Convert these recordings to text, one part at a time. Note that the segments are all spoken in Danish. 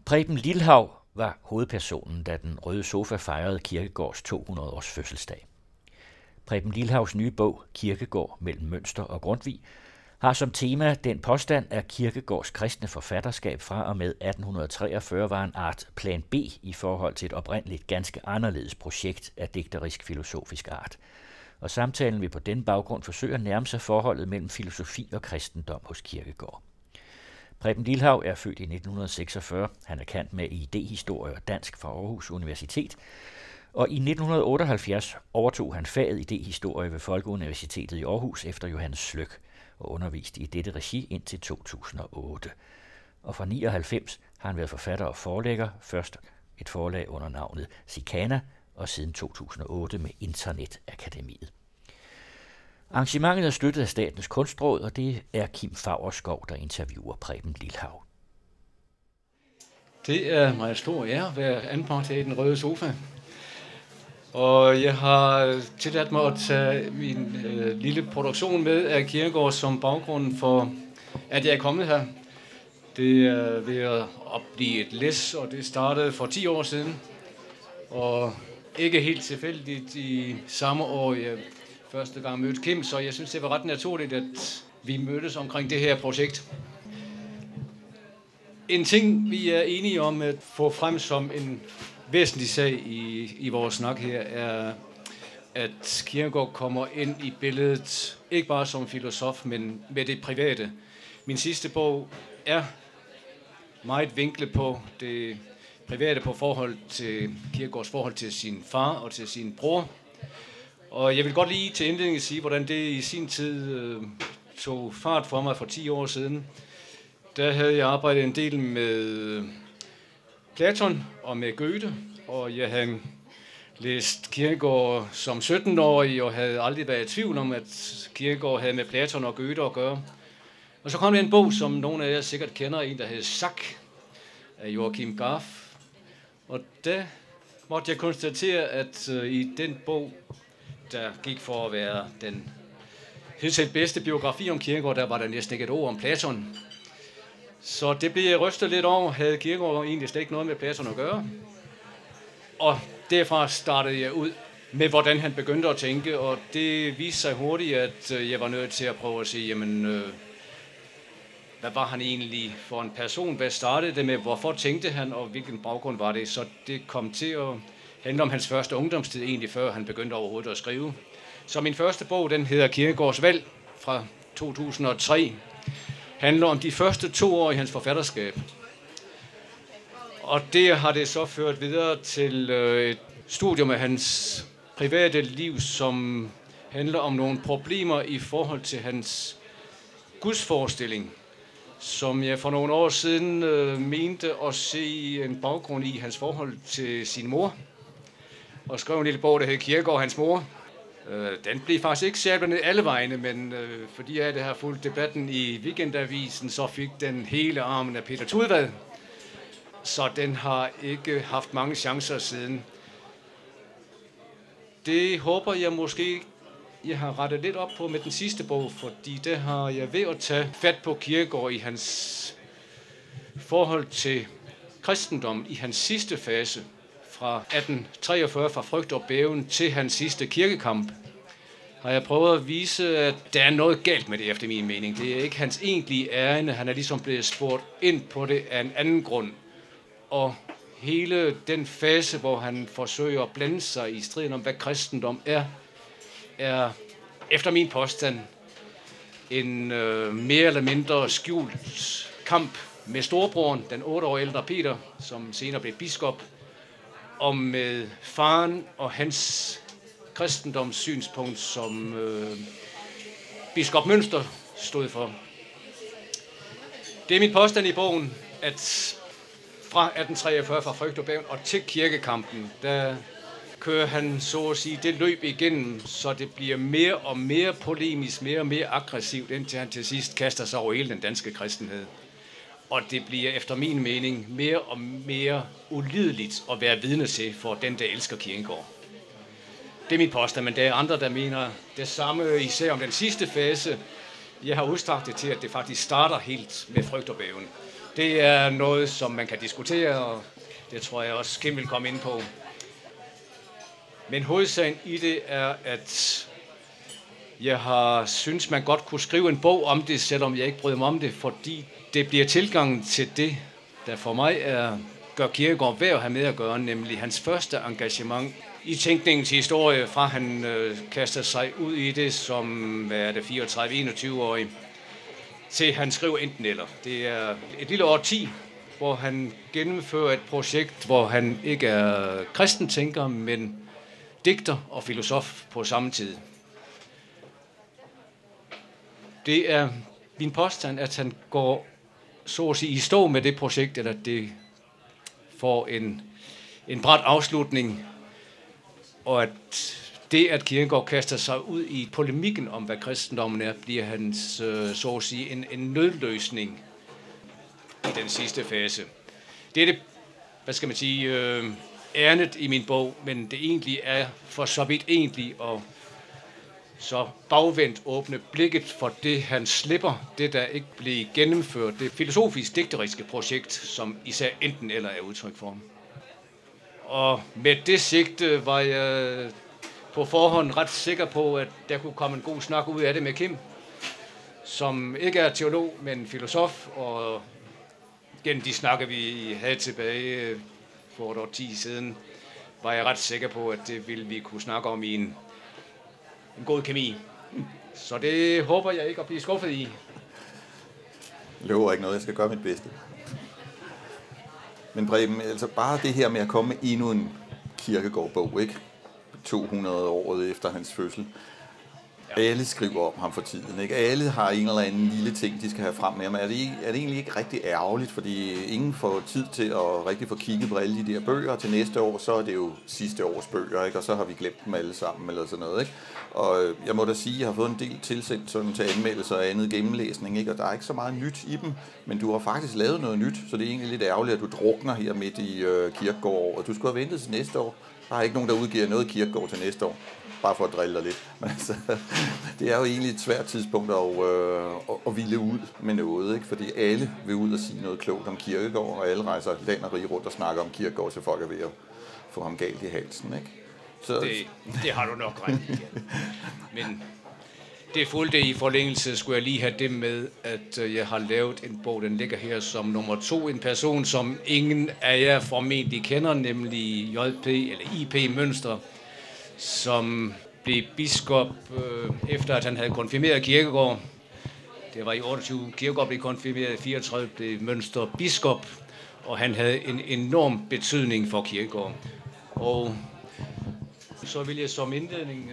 Preben Lilhaug var hovedpersonen, da Den Røde Sofa fejrede Kierkegaards 200-års fødselsdag. Preben Lilhaugs nye bog, Kierkegaard mellem Münster og Grundtvig, har som tema den påstand, at Kierkegaards kristne forfatterskab fra og med 1843 var en art plan B i forhold til et oprindeligt ganske anderledes projekt af digterisk-filosofisk art. Og samtalen vil på den baggrund forsøge at nærme sig forholdet mellem filosofi og kristendom hos Kierkegaard. Preben Lilhaug er født i 1946. Han er kendt med idéhistorie og dansk fra Aarhus Universitet. Og i 1978 overtog han faget idéhistorie ved Folkeuniversitetet i Aarhus efter Johannes Sløk og underviste i dette regi indtil 2008. Og fra 99 har han været forfatter og forlægger, først et forlag under navnet Sikana, og siden 2008 med Internetakademiet. Arrangementet er støttet af Statens Kunstråd, og det er Kim Faurskov, der interviewer Preben Lilhaug. Det er meget stor ære at være anbragt her i Den Røde Sofa. Og jeg har tilladt mig at tage min lille produktion med af Kierkegaard som baggrund for, at jeg er kommet her. Det er ved at blive et læs, og det startede for 10 år siden. Og ikke helt tilfældigt i samme år, jeg første gang mødte Kim, så jeg synes, det var ret naturligt, at vi mødtes omkring det her projekt. En ting, vi er enige om at få frem som en væsentlig sag i vores snak her, er, at Kierkegaard kommer ind i billedet, ikke bare som filosof, men med det private. Min sidste bog er meget vinklet på det private, på forhold til Kierkegaards forhold til sin far og til sin bror. Og jeg vil godt lige til indledning sige, hvordan det i sin tid tog fart for mig for 10 år siden. Der havde jeg arbejdet en del med Platon og med Goethe, og jeg havde læst Kierkegaard som 17-årig og havde aldrig været i tvivl om, at Kierkegaard havde med Platon og Goethe at gøre. Og så kom der en bog, som nogle af jer sikkert kender, en der hed Sak af Joachim Garf. Og der måtte jeg konstatere, at i den bog, der gik for at være den hidtil bedste biografi om Kierkegaard, der var der næsten ikke et ord om Platon. Så det blev jeg rystet lidt over. Havde Kierkegaard egentlig slet ikke noget med Platon at gøre? Og derfra startede jeg ud med, hvordan han begyndte at tænke, og det viste sig hurtigt, at jeg var nødt til at prøve at sige, jamen, hvad var han egentlig for en person? Hvad startede det med? Hvorfor tænkte han, og hvilken baggrund var det? Så det kom til at handle om hans første ungdomstid, egentlig før han begyndte overhovedet at skrive. Så min første bog, den hedder Kierkegaards valg fra 2003, handler om de første 2 år i hans forfatterskab. Og det har det så ført videre til et studium af hans private liv, som handler om nogle problemer i forhold til hans gudsforestilling, som jeg for nogle år siden mente at se en baggrund i hans forhold til sin mor. Og skrev en lille bog, der hed Kierkegaard og hans mor. Den blev faktisk ikke særligt ned alle vegne, men fordi jeg har fulgt debatten i Weekendavisen, så fik den hele armen af Peter Tudvad. Så den har ikke haft mange chancer siden. Det håber jeg måske, jeg har rettet lidt op på med den sidste bog, fordi det har jeg ved at tage fat på Kierkegaard i hans forhold til kristendom i hans sidste fase, fra 1843, fra frygt og bæven til hans sidste kirkekamp, har jeg prøvet at vise, at der er noget galt med det, efter min mening. Det er ikke hans egentlige ærinde. Han er ligesom blevet spurgt ind på det af en anden grund. Og hele den fase, hvor han forsøger at blande sig i striden om, hvad kristendom er efter min påstand en mere eller mindre skjult kamp med storebroren, den 8 år ældre Peter, som senere blev biskop, og med faren og hans kristendomssynspunkt, som biskop Münster stod for. Det er min påstand i bogen, at fra 1843, fra frygt og bæven og til kirkekampen, der kører han så at sige det løb igennem, så det bliver mere og mere polemisk, mere og mere aggressivt, indtil han til sidst kaster sig over hele den danske kristenhed. Og det bliver efter min mening mere og mere ulideligt at være vidne til for den, der elsker Kierkegaard. Det er min påstand, men der er andre, der mener det samme, især om den sidste fase. Jeg har udstrakt det til, at det faktisk starter helt med frygt og bæven. Det er noget, som man kan diskutere, og det tror jeg også Kim vil komme ind på. Men hovedsagen i det er, at jeg har synes, man godt kunne skrive en bog om det, selvom jeg ikke bryder mig om det, fordi det bliver tilgangen til det, der for mig gør Kierkegaard værd at have med at gøre, nemlig hans første engagement i tænkningen til historie, fra han kaster sig ud i det som 34-21-årig, til han skriver enten eller. Det er et lille årti, hvor han gennemfører et projekt, hvor han ikke er kristen tænker, men digter og filosof på samme tid. Det er min påstand, at han går så at sige i stå med det projekt, eller det får en brat afslutning, og at det, at Kierkegaard kaster sig ud i polemikken om, hvad kristendommen er, bliver hans, så at sige, en nødløsning i den sidste fase. Det er det, hvad skal man sige, ærnet i min bog, men det egentlig er for så vidt egentlig at så bagvendt åbne blikket for det, han slipper, det der ikke blev gennemført, det filosofisk-digteriske projekt, som især enten eller er udtryk for. Og med det sigte var jeg på forhånd ret sikker på, at der kunne komme en god snak ud af det med Kim, som ikke er teolog, men filosof, og gennem de snakker, vi havde tilbage for et årti siden, var jeg ret sikker på, at det ville vi kunne snakke om i en god kemi. Så det håber jeg ikke at blive skuffet i. Jeg lover ikke noget, jeg skal gøre mit bedste. Men Preben, altså bare det her med at komme med endnu en Kierkegaard-bog, ikke? 200 år efter hans fødsel. Ja. Alle skriver om ham for tiden, ikke? Alle har en eller anden lille ting, de skal have frem med ham. Er det egentlig ikke rigtig ærgerligt, fordi ingen får tid til at rigtig få kigget på alle de der bøger. Til næste år, så er det jo sidste års bøger, ikke? Og så har vi glemt dem alle sammen, eller sådan noget, ikke? Og jeg må da sige, at jeg har fået en del tilsendt sådan til anmeldelser og andet gennemlæsning, ikke? Og der er ikke så meget nyt i dem, men du har faktisk lavet noget nyt, så det er egentlig lidt ærgerligt, at du drukner her midt i Kierkegaard, og du skulle have ventet til næste år. Der er ikke nogen, der udgiver noget Kierkegaard til næste år, bare for at drille dig lidt. Men altså, det er jo egentlig et svært tidspunkt at ville ud med noget, ikke? Fordi alle vil ud og sige noget klogt om Kierkegaard, og alle rejser land og rige rundt og snakker om Kierkegaard, så folk er ved at få ham galt i halsen, ikke? Så det har du nok ret i. Men det fulgte i forlængelse, skulle jeg lige have det med, at jeg har lavet en bog, den ligger her som nummer 2, en person, som ingen af jer formentlig kender, nemlig J.P. eller I.P. Mønster, som blev biskop efter, at han havde konfirmeret Kierkegaard. Det var i 28, Kierkegaard blev konfirmeret, i 34 blev Mønster biskop, og han havde en enorm betydning for Kierkegaard. Og så vil jeg som indledning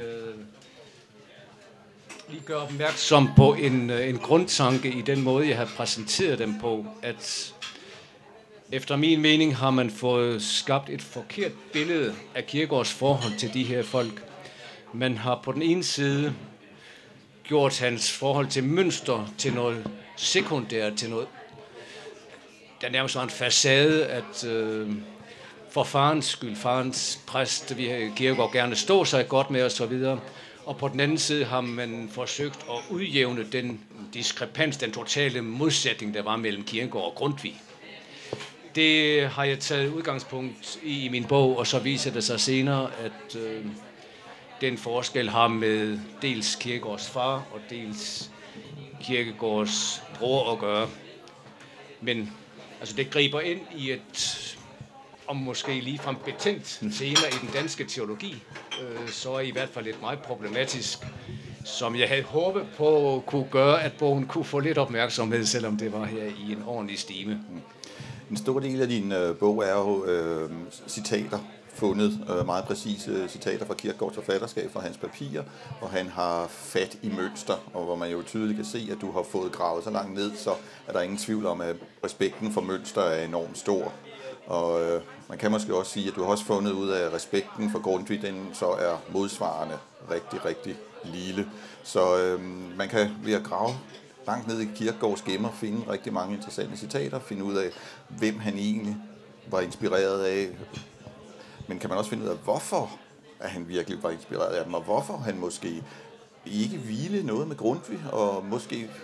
lige gøre opmærksom på en grundtanke i den måde, jeg har præsenteret dem på, at efter min mening har man fået skabt et forkert billede af Kierkegaards forhold til de her folk. Man har på den ene side gjort hans forhold til Mønster til noget sekundært, til noget, der nærmest var en facade, at for farens skyld, farens præst, vil Kierkegaard gerne stå sig godt med og så videre. Og på den anden side har man forsøgt at udjævne den diskrepans, den totale modsætning, der var mellem Kierkegaard og Grundtvig. Det har jeg taget udgangspunkt i min bog, og så viser det sig senere, at den forskel har med dels Kierkegaards far og dels Kierkegaards bror at gøre. Men altså, det griber ind i et om måske ligefrem betændt tema i den danske teologi, så er i hvert fald et meget problematisk, som jeg havde håbet på kunne gøre, at bogen kunne få lidt opmærksomhed, selvom det var her i en ordentlig stime. En stor del af din bog er jo citater, fundet meget præcise citater fra Kierkegaards forfatterskab fra hans papirer, og han har fat i mønster, og hvor man jo tydeligt kan se, at du har fået gravet så langt ned, så er der ingen tvivl om, at respekten for mønster er enormt stor. Og man kan måske også sige, at du har også fundet ud af, at respekten for Grundtvig, den så er modsvarende rigtig, rigtig lille. Så man kan ved at grave langt ned i Kierkegaards gemmer finde rigtig mange interessante citater, finde ud af, hvem han egentlig var inspireret af. Men kan man også finde ud af, hvorfor at han virkelig var inspireret af dem, og hvorfor han måske ikke ville noget med Grundtvig, og måske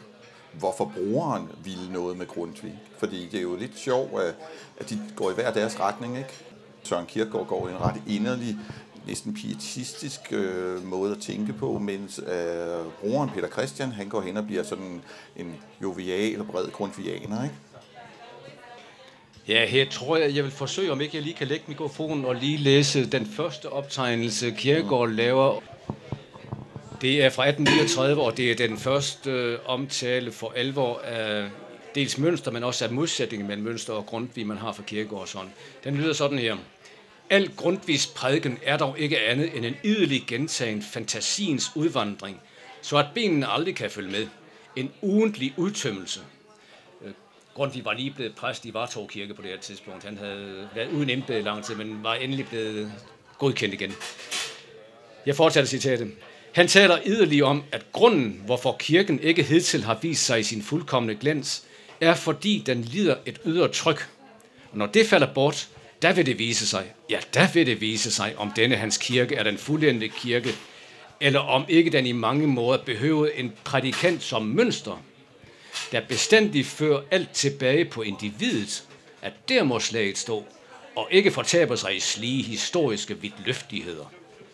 hvorfor brugeren ville noget med Grundtvig. Fordi det er jo lidt sjovt, at de går i hver deres retning, ikke? Søren Kierkegaard går i en ret inderlig, næsten pietistisk måde at tænke på, mens brugeren Peter Christian, han går hen og bliver sådan en jovial og bred grundtviganer, ikke? Ja, her tror jeg vil forsøge, om ikke jeg lige kan lægge mikrofonen og lige læse den første optegnelse, Kierkegaard laver. Det er fra 1839, og det er den første omtale for alvor af dels Mønster, men også af modsætningen mellem Mønster og Grundtvig, man har for Kierkegaards hånd. Den lyder sådan her. Al Grundtvigs prædiken er dog ikke andet end en idelig gentagen fantasiens udvandring, så at benene aldrig kan følge med. En ugentlig udtømmelse. Grundtvig var lige blevet præst i Vartov Kirke på det her tidspunkt. Han havde været uden embede i lang tid, men var endelig blevet godkendt igen. Jeg fortsætter citatet. Han taler idelig om, at grunden, hvorfor kirken ikke hidtil har vist sig i sin fuldkomne glans, er fordi den lider et ydre tryk. Og når det falder bort, der vil det vise sig, om denne hans kirke er den fuldendte kirke, eller om ikke den i mange måder behøvede en prædikant som Mønster, der bestandigt fører alt tilbage på individet, at der må slaget stå, og ikke fortaber sig i slige historiske vidtløftigheder.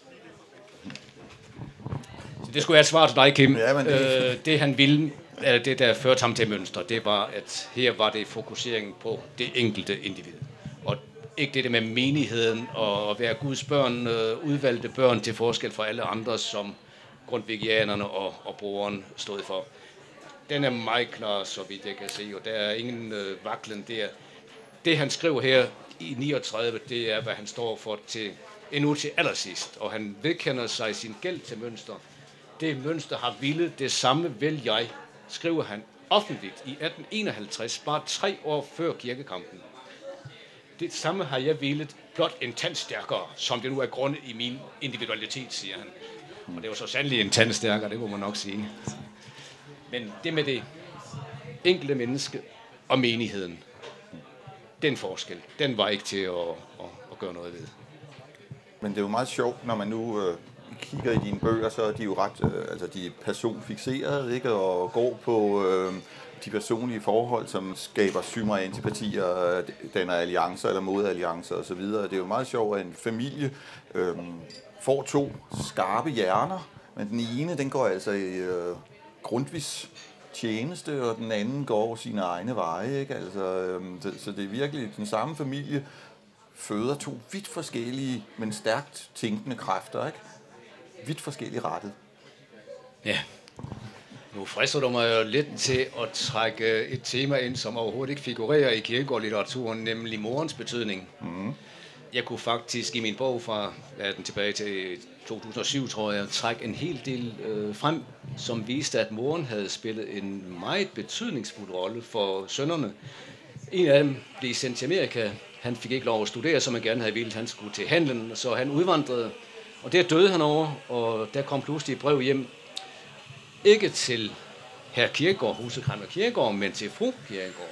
Så det skulle være et svar til dig, Kim. Ja, men det han ville, det der førte ham til Mønster, det var, at her var det fokuseringen på det enkelte individ. Og ikke det med menigheden og at være Guds børn, udvalgte børn til forskel fra alle andre, som grundtvigianerne og brugeren stod for. Den er meget klar, så vidt jeg kan se, og der er ingen vaklen der. Det han skriver her i 39, det er, hvad han står for endnu til allersidst, og han vedkender sig sin gæld til Mønster. Det Mønster har ville, det samme vil jeg, skriver han offentligt i 1851, bare 3 år før kirkekampen. Det samme har jeg villet, blot en tand stærkere, som det nu er grundet i min individualitet, siger han. Og det var så sandelig en tand stærkere, det må man nok sige. Men det med det enkelte menneske og menigheden, den forskel, den var ikke til at gøre noget ved. Men det er jo meget sjovt, når man nu kigger i dine bøger, så er de jo ret, de er personfixerede, ikke? Og går på de personlige forhold, som skaber symer og antipatier, danner alliancer eller modalliancer osv. Det er jo meget sjovt, at en familie får 2 skarpe hjerner, men den ene, den går altså i Grundtvigs tjeneste, og den anden går sine egne veje, ikke? Altså, så det er virkelig den samme familie føder 2 vidt forskellige, men stærkt tænkende kræfter, ikke? Vidt forskellige rettet. Ja. Nu frister du mig jo lidt til at trække et tema ind, som overhovedet ikke figurerer i Kierkegaard-litteraturen, nemlig morens betydning. Mm. Jeg kunne faktisk i min bog fra den tilbage til 2007, tror jeg, trække en hel del frem, som viste, at moren havde spillet en meget betydningsfuld rolle for sønnerne. En af dem blev sendt til Amerika. Han fik ikke lov at studere, som han gerne havde vildt. Han skulle til handlen, så han udvandrede. Og der døde han over, og der kom pludselig et brev hjem. Ikke til herr Kierkegaard, husekræmmer Kierkegaard, men til fru Kierkegaard.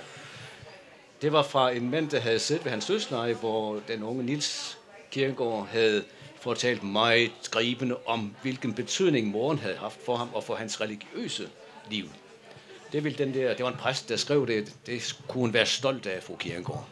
Det var fra en mand, der havde siddet ved hans dødsleje, hvor den unge Niels Kierkegaard havde fortalt meget gribende om, hvilken betydning moren havde haft for ham og for hans religiøse liv. Det var en præst, der skrev det. Det kunne hun være stolt af, fru Kierkegaard.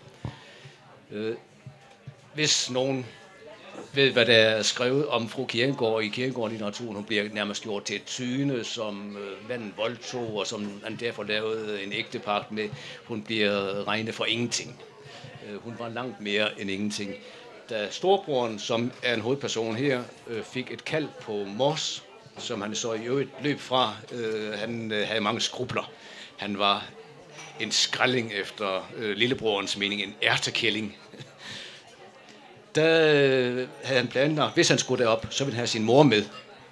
Hvis nogen ved, hvad der er skrevet om fru Kierkegaard i Kierkegaard-litteraturen, hun bliver nærmest gjort til et tyne, som manden voldtog, og som han derfor lavede en ægtepagt med. Hun bliver regnet for ingenting. Hun var langt mere end ingenting. Da storebroren, som er en hovedperson her, fik et kald på Mors, som han så i øvrigt løb fra, han havde mange skrubler. Han var en skrælling efter lillebrorens mening, en ærtekælling. Der havde han planlagt, hvis han skulle derop, så ville han have sin mor med.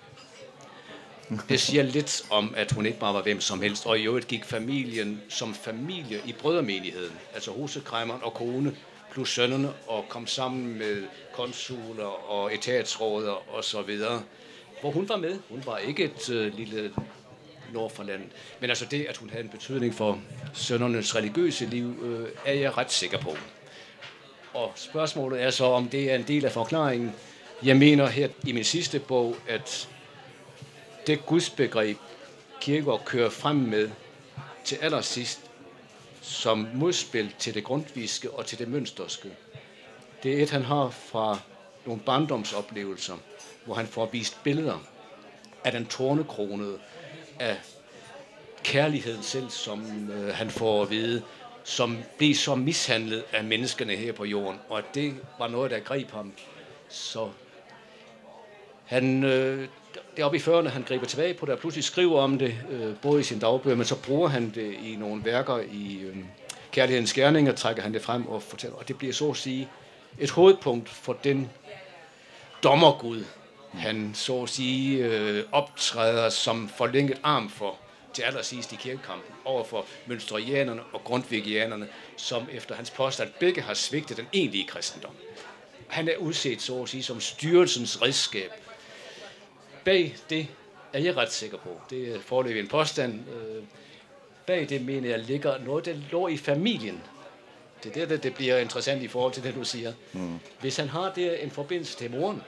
Det siger lidt om, at hun ikke bare var hvem som helst, og i øvrigt gik familien som familie i brødremenigheden, altså husekræmmeren og kone, plus sønnerne, og kom sammen med konsuler og etatsråder og så videre, hvor hun var med. Hun var ikke et lille nord for landet, men altså det, at hun havde en betydning for sønnernes religiøse liv, er jeg ret sikker på. Og spørgsmålet er så, om det er en del af forklaringen. Jeg mener her i min sidste bog, at det gudsbegreb, Kierkegaard kører frem med, til allersidst som modspil til det grundtvigske og til det mønsterske. Det er han har fra nogle barndomsoplevelser, hvor han får vist billeder af den tornekronede, af kærligheden selv, som han får at vide, som blev så mishandlet af menneskene her på jorden, og at det var noget, der greb ham. Så han, deroppe i 40'erne, han griber tilbage på det, og pludselig skriver om det, både i sin dagbøger, men så bruger han det i nogle værker i Kærlighedens Gerning, og trækker han det frem og fortæller, og det bliver så at sige et hovedpunkt for den dommergud, han så at sige optræder som forlænget arm for til allersidst i kirkekampen overfor mønsterianerne og grundtvigianerne, som efter hans påstand begge har svigtet den egentlige kristendom. Han er udset så at sige som styrelsens redskab. Bag det er jeg ret sikker på. Det er foreløbig en påstand. Bag det mener jeg ligger noget, der lå i familien. Det er det bliver interessant i forhold til det, du siger. Hvis han har det en forbindelse til moren,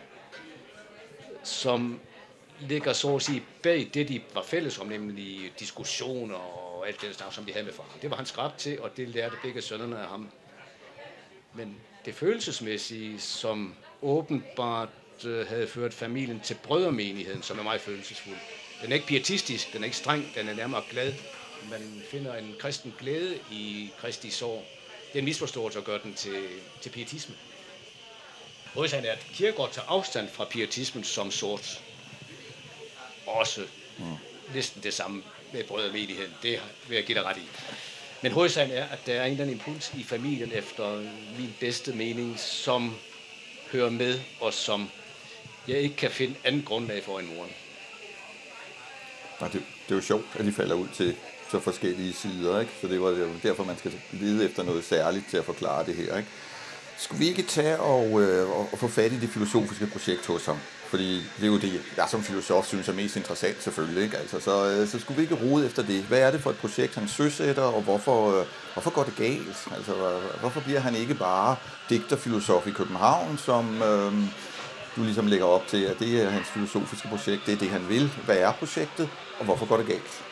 som ligger så at sige bag det, de var fælles om, nemlig diskussioner og alt det, som de havde med far. Det var han skrabt til, og det lærte begge sønnerne af ham. Men det følelsesmæssige, som åbenbart havde ført familien til brødremenigheden, som er meget følelsesfuld. Den er ikke pietistisk, den er ikke streng, den er nærmere glad. Man finder en kristen glæde i Kristi sorg. Det er en misforståelse at gøre den til pietisme. Hovedsagen er, at Kierkegaard tager afstand fra pietismen som sort. Også næsten det samme med brødremenigheden. Det vil jeg give dig ret i. Men hovedsagen er, at der er en eller anden impuls i familien efter min bedste mening, som hører med, og som jeg ikke kan finde anden grundlag for end moren. Det er jo sjovt, at de falder ud til så forskellige sider, ikke? Så det var derfor, man skal lede efter noget særligt til at forklare det her, ikke? Skulle vi ikke tage og få fat i det filosofiske projekt hos ham? Fordi det er jo det, jeg som filosof synes er mest interessant selvfølgelig, ikke? Altså, så skulle vi ikke rode efter det. Hvad er det for et projekt, han søsætter, og hvorfor går det galt? Altså, hvorfor bliver han ikke bare digterfilosof i København, som du ligesom lægger op til, at det er hans filosofiske projekt, det er det, han vil. Hvad er projektet, og hvorfor går det galt?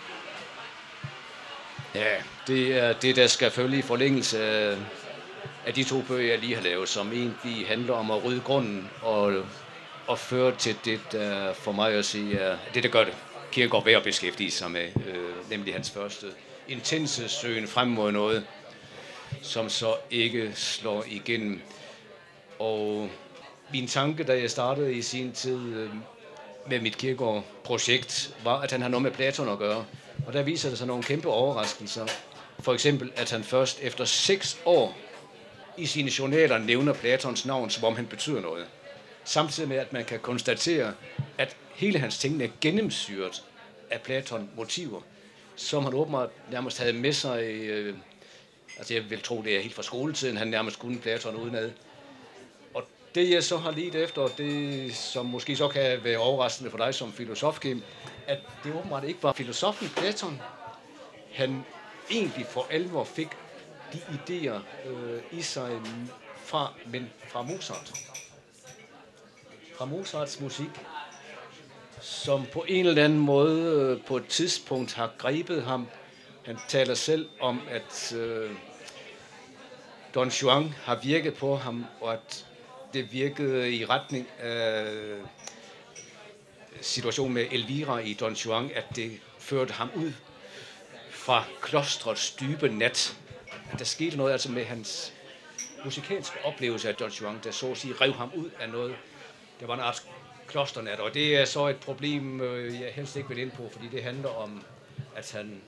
Ja, det er det, der skal følge i forlængelse af de to bøger, jeg lige har lavet, som egentlig handler om at rydde grunden og føre til det, der for mig at sige er det, der gør det. Kierkegaard ved at beskæftige sig med, nemlig hans første intense søgen frem mod noget, som så ikke slår igennem. Og min tanke, da jeg startede i sin tid med mit Kierkegaard-projekt, var, at han har noget med Platon at gøre. Og der viser det sig nogle kæmpe overraskelser. For eksempel, at han først efter 6 år i sine journaler nævner Platons navn, som om han betyder noget. Samtidig med, at man kan konstatere, at hele hans ting er gennemsyret af Platon-motiver, som han åbenbart nærmest havde med sig. Altså jeg vil tro, det er helt fra skoletiden, han nærmest kunne Platon udenad. Og det jeg så har lidt efter, det som måske så kan være overraskende for dig som filosof, Kim, at det åbenbart ikke var filosofen Platon, han egentlig for alvor fik de idéer i sig fra Mozart. Fra Mozarts musik, som på en eller anden måde på et tidspunkt har grebet ham. Han taler selv om, at Don Juan har virket på ham, og at det virkede i retning af situationen med Elvira i Don Juan, at det førte ham ud fra klostrets dybe nat. At der skete noget altså med hans musikalske oplevelse af Don Juan, der så at sige rev ham ud af noget. Det var en art klosternat, og det er så et problem, jeg helst ikke vil ind på, fordi det handler om, at han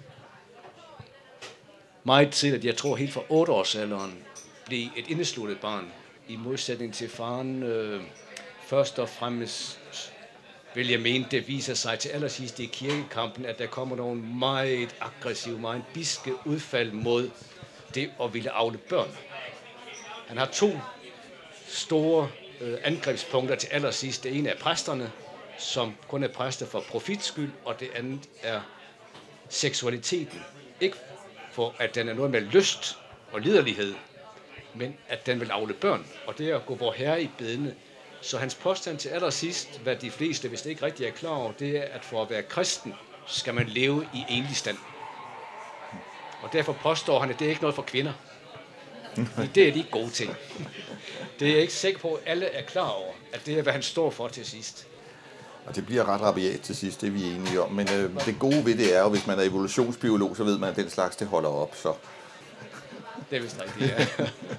meget tidligt, jeg tror helt fra 8-årsalderen, blev et indesluttet barn, i modsætning til faren. Først og fremmest vil jeg mene, det viser sig til allersidst i kirkekampen, at der kommer nogle meget aggressive, meget biske udfald mod det at ville avle børn. Han har 2 store angrebspunkter til allersidst. Det ene er præsterne, som kun er præster for profits skyld, og det andet er seksualiteten. Ikke for, at den er noget med lyst og liderlighed, men at den vil avle børn, og det er at gå vor herre i bedene. Så hans påstand til allersidst, hvad de fleste, hvis det ikke rigtig er klar over, det er, at for at være kristen, skal man leve i enlig stand. Og derfor påstår han, at det er ikke noget for kvinder. Det er de ikke gode til. Det er jeg ikke sikker på, at alle er klar over, at det er, hvad han står for til sidst. Og det bliver ret rabiat til sidst, det er vi enige om. Men det gode ved det er jo, hvis man er evolutionsbiolog, så ved man, at den slags, det holder op. Så. Det er vist rigtigt, ja.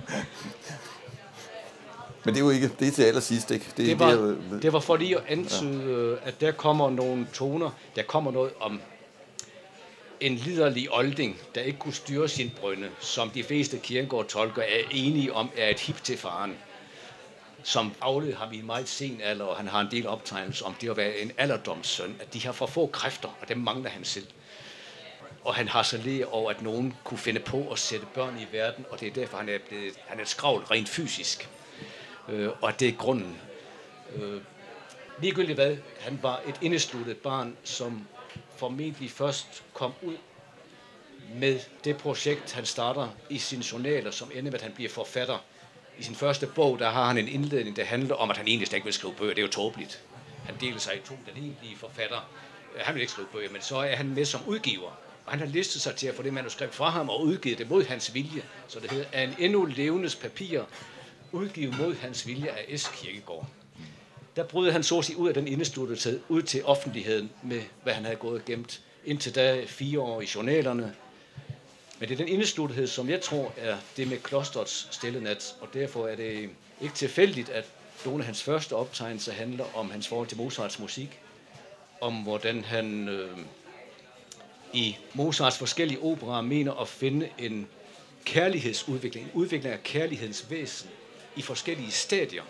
Men det er jo ikke, det er til allersidst, ikke? Det var for lige at antyde, at der kommer nogle toner, der kommer noget om en liderlig olding, der ikke kunne styre sin brønde, som de fleste Kierkegaard-tolker er enige om, er et hip til faren. Som afled ham i en meget sen alder, og han har en del optegnelser om det at være en alderdomssøn, at de har for få kræfter, og dem mangler han selv. Og han har så lært over, at nogen kunne finde på at sætte børn i verden, og det er derfor, han er skravl rent fysisk. Og at det er grunden. Ligegyldigt hvad, han var et indesluttet barn, som formentlig først kom ud med det projekt, han starter i sine journaler, som ender med, at han bliver forfatter. I sin første bog, der har han en indledning, der handler om, at han egentlig ikke vil skrive bøger. Det er jo tåbeligt. Han deler sig i to, den egentlige forfatter. Han vil ikke skrive bøger, men så er han med som udgiver. Og han har listet sig til at få det manuskript fra ham og udgivet det mod hans vilje. Så det hedder, af en endnu levendes papir, udgivet mod hans vilje af S. Kierkegaard. Der brød han så at sige ud af den indesluttelse ud til offentligheden med, hvad han havde gået og gemt indtil da 4 år i journalerne. Men det er den indesluttethed, som jeg tror er det med klosterets stille nat, og derfor er det ikke tilfældigt, at nogle af hans første optegnelser handler om hans forhold til Mozarts musik, om hvordan han i Mozarts forskellige operer mener at finde en kærlighedsudvikling, en udvikling af kærlighedens væsen i forskellige stadier.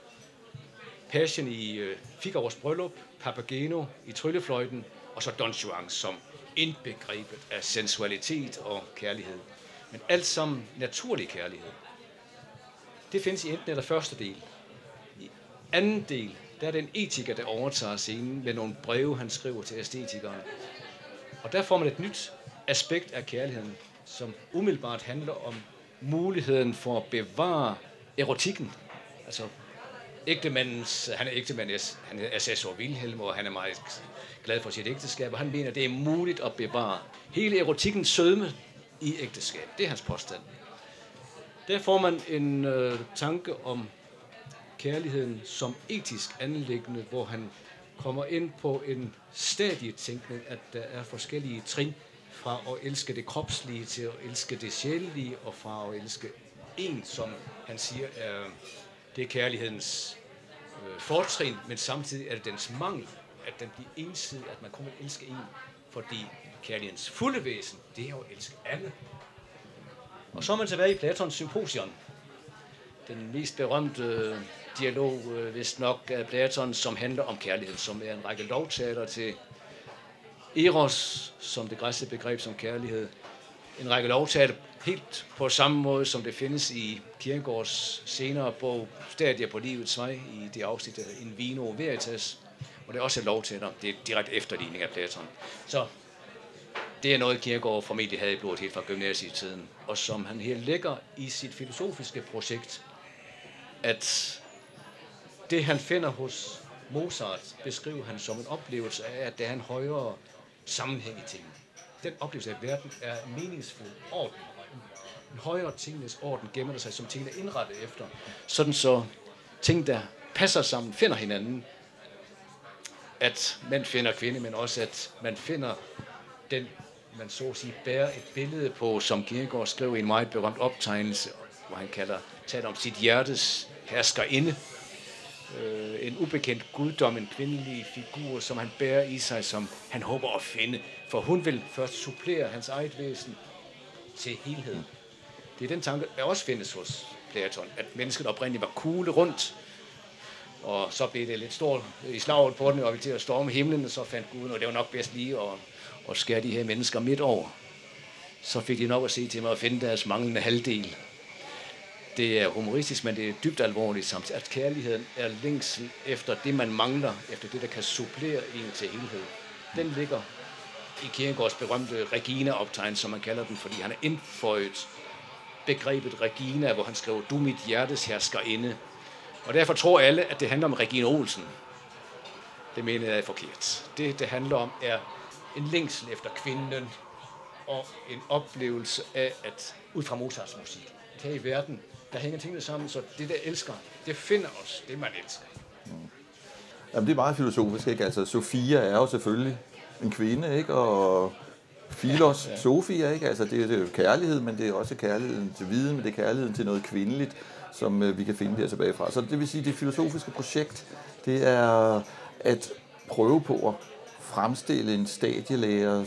Passion i Figaros bryllup, Papageno i Tryllefløjten, og så Don Juan som indbegrebet af sensualitet og kærlighed. Men alt sammen naturlig kærlighed. Det findes i enten eller første del. I anden del, der er det en etiker, der overtager scenen med nogle breve, han skriver til æstetikerne. Og der får man et nyt aspekt af kærligheden, som umiddelbart handler om muligheden for at bevare erotikken. Altså han er ægtemand, han er assessor Wilhelm, og han er meget glad for sit ægteskab, og han mener, at det er muligt at bevare hele erotikkens sødme i ægteskab. Det er hans påstand. Der får man en tanke om kærligheden som etisk anliggende, hvor han kommer ind på en stadietænkning, at der er forskellige trin fra at elske det kropslige til at elske det sjælelige, og fra at elske en, som han siger, det er kærlighedens fortrin, men samtidig er det dens mangel, at den bliver ensidig, at man kun vil elske en, fordi kærlighedens fulde væsen, det er jo at elske alle. Og så er man tilbage i Platons Symposion. Den mest berømte dialog, vist nok af Platon, som handler om kærlighed, som er en række lovtaler til eros, som det græske begreb som kærlighed. En række lovtaler helt på samme måde, som det findes i Kierkegaards senere bog, Stadier på livets vej, i det afsnit, der hedder In Vino Veritas, og det er også lovtaler. Det er direkte efterligning af Platon. Så det er noget, Kierkegaard formentlig havde i blodet helt fra gymnasietiden, og som han her lægger i sit filosofiske projekt, at det, han finder hos Mozart, beskriver han som en oplevelse af, at der er en højere sammenhæng i tingene. Den oplevelse af, at verden er meningsfuld orden. En højere tingenes orden gemmer der sig, som tingene er indrettet efter. Sådan så ting, der passer sammen, finder hinanden. At man finder kvinde, men også at man finder den, man så at sige, bærer et billede på, som Kierkegaard skrev i en meget berømt optegnelse, hvor han taler om sit hjertes herskerinde. En ubekendt guddom, en kvindelig figur, som han bærer i sig, som han håber at finde. For hun vil først supplere hans eget væsen til helheden. Det er den tanke, der også findes hos Platon, at mennesket oprindeligt var kugle rundt, og så blev det lidt stort i slaget på den, og vi til at storme himlen, og så fandt Gud, og det var nok bedst lige at skære de her mennesker midt over. Så fik de nok at se til mig at finde deres manglende halvdel. Det er humoristisk, men det er dybt alvorligt samtidig, at kærligheden er længsel efter det, man mangler, efter det, der kan supplere en til helhed. Den ligger i Kierkegaards berømte Regina-optegn, som man kalder den, fordi han har indføjet begrebet Regina, hvor han skriver, du mit hjertes herskerinde. Og derfor tror alle, at det handler om Regina Olsen. Det mener jeg er forkert. Det handler om, er en længsel efter kvinden, og en oplevelse af, at ud fra Mozarts musik, at her i verden, der hænger tingene sammen, så det der elsker, det finder os, det man elsker. Jamen, det er meget filosofisk, ikke? Altså, Sofia er jo selvfølgelig en kvinde, ikke? Og Philos, Sofia, ikke? Altså, det er jo kærlighed, men det er også kærligheden til viden, men det er kærligheden til noget kvindeligt, som vi kan finde der tilbage fra. Så det vil sige, det filosofiske projekt, det er at prøve på at fremstille en stadielærer,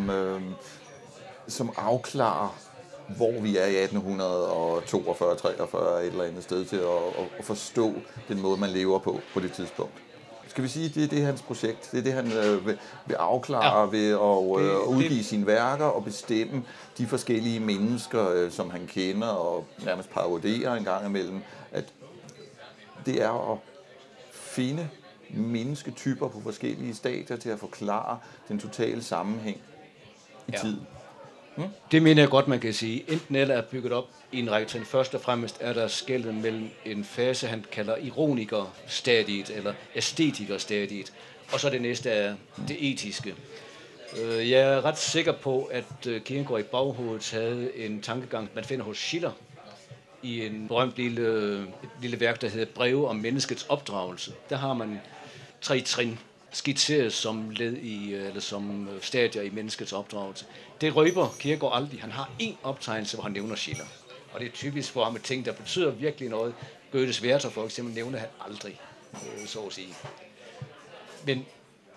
som afklarer, hvor vi er i 1842, 43 et eller andet sted, til at forstå den måde, man lever på det tidspunkt. Skal vi sige, det er hans projekt? Det er det, han vil afklare ved at udgive sine værker og bestemme de forskellige mennesker, som han kender og nærmest parodierer en gang imellem. At det er at finde mennesketyper på forskellige stadier til at forklare den totale sammenhæng i tiden. Det mener jeg godt, man kan sige. Enten eller er bygget op i en række trin. Først og fremmest er der skellet mellem en fase, han kalder ironikerstadiet, eller æstetikerstadiet, og så det næste er det etiske. Jeg er ret sikker på, at Kierkegaard i baghovedet havde en tankegang, man finder hos Schiller, i en berømt lille værk, der hedder Breve om menneskets opdragelse. Der har man 3 trin skitseret som led i, eller som stadier i menneskets opdragelse. Det røber Kierkegaard aldrig. Han har én optegnelse, hvor han nævner Schiller. Og det er typisk for ham med ting, der betyder virkelig noget. Goethes Werther for eksempel nævner han aldrig, så at sige. Men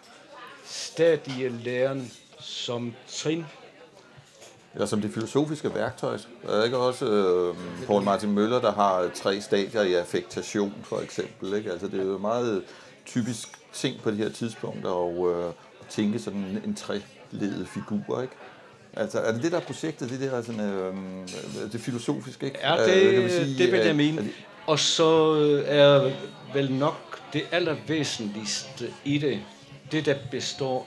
stadielæren som trin. Ja, som det filosofiske værktøj. Der er ikke også Paul Martin Møller, der har 3 stadier i affektation, for eksempel. Ikke? Altså, det er jo meget typisk ting på det her tidspunkt, og tænke sådan en treledet figur, ikke? Altså, er det der projektet, det der sådan, det filosofiske, ikke? Ja, det vil jeg mene. Og så er vel nok det allervæsentligste i det der består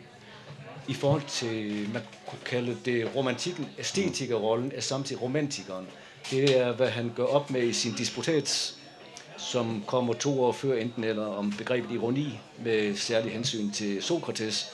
i forhold til, man kunne kalde det romantikken, æstetikerrollen, er samtidig romantikeren. Det er, hvad han gør op med i sin disputat, som kommer 2 år før enten eller, om begrebet ironi, med særlig hensyn til Sokrates,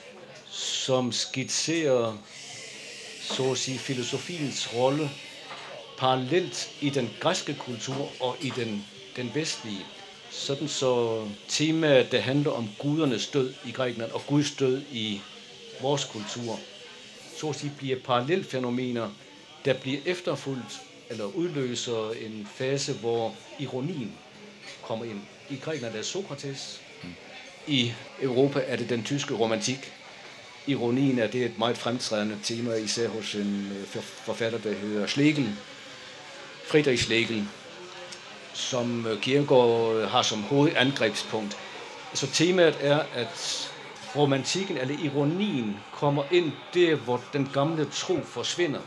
som skitserer, så at sige, filosofiens rolle parallelt i den græske kultur og i den vestlige. Sådan så temaet, der handler om gudernes død i Grækenland og Guds død i vores kultur, så at sige, bliver parallelfænomener, der bliver efterfulgt eller udløser en fase, hvor ironien kommer ind. I Grækenland er det Sokrates. I Europa er det den tyske romantik. Ironien er det et meget fremtrædende tema, især hos en forfatter, der hedder Schlegel, Friedrich Schlegel, som Kierkegaard har som hovedangrebspunkt. Så temaet er, at romantikken eller ironien kommer ind der, hvor den gamle tro forsvinder.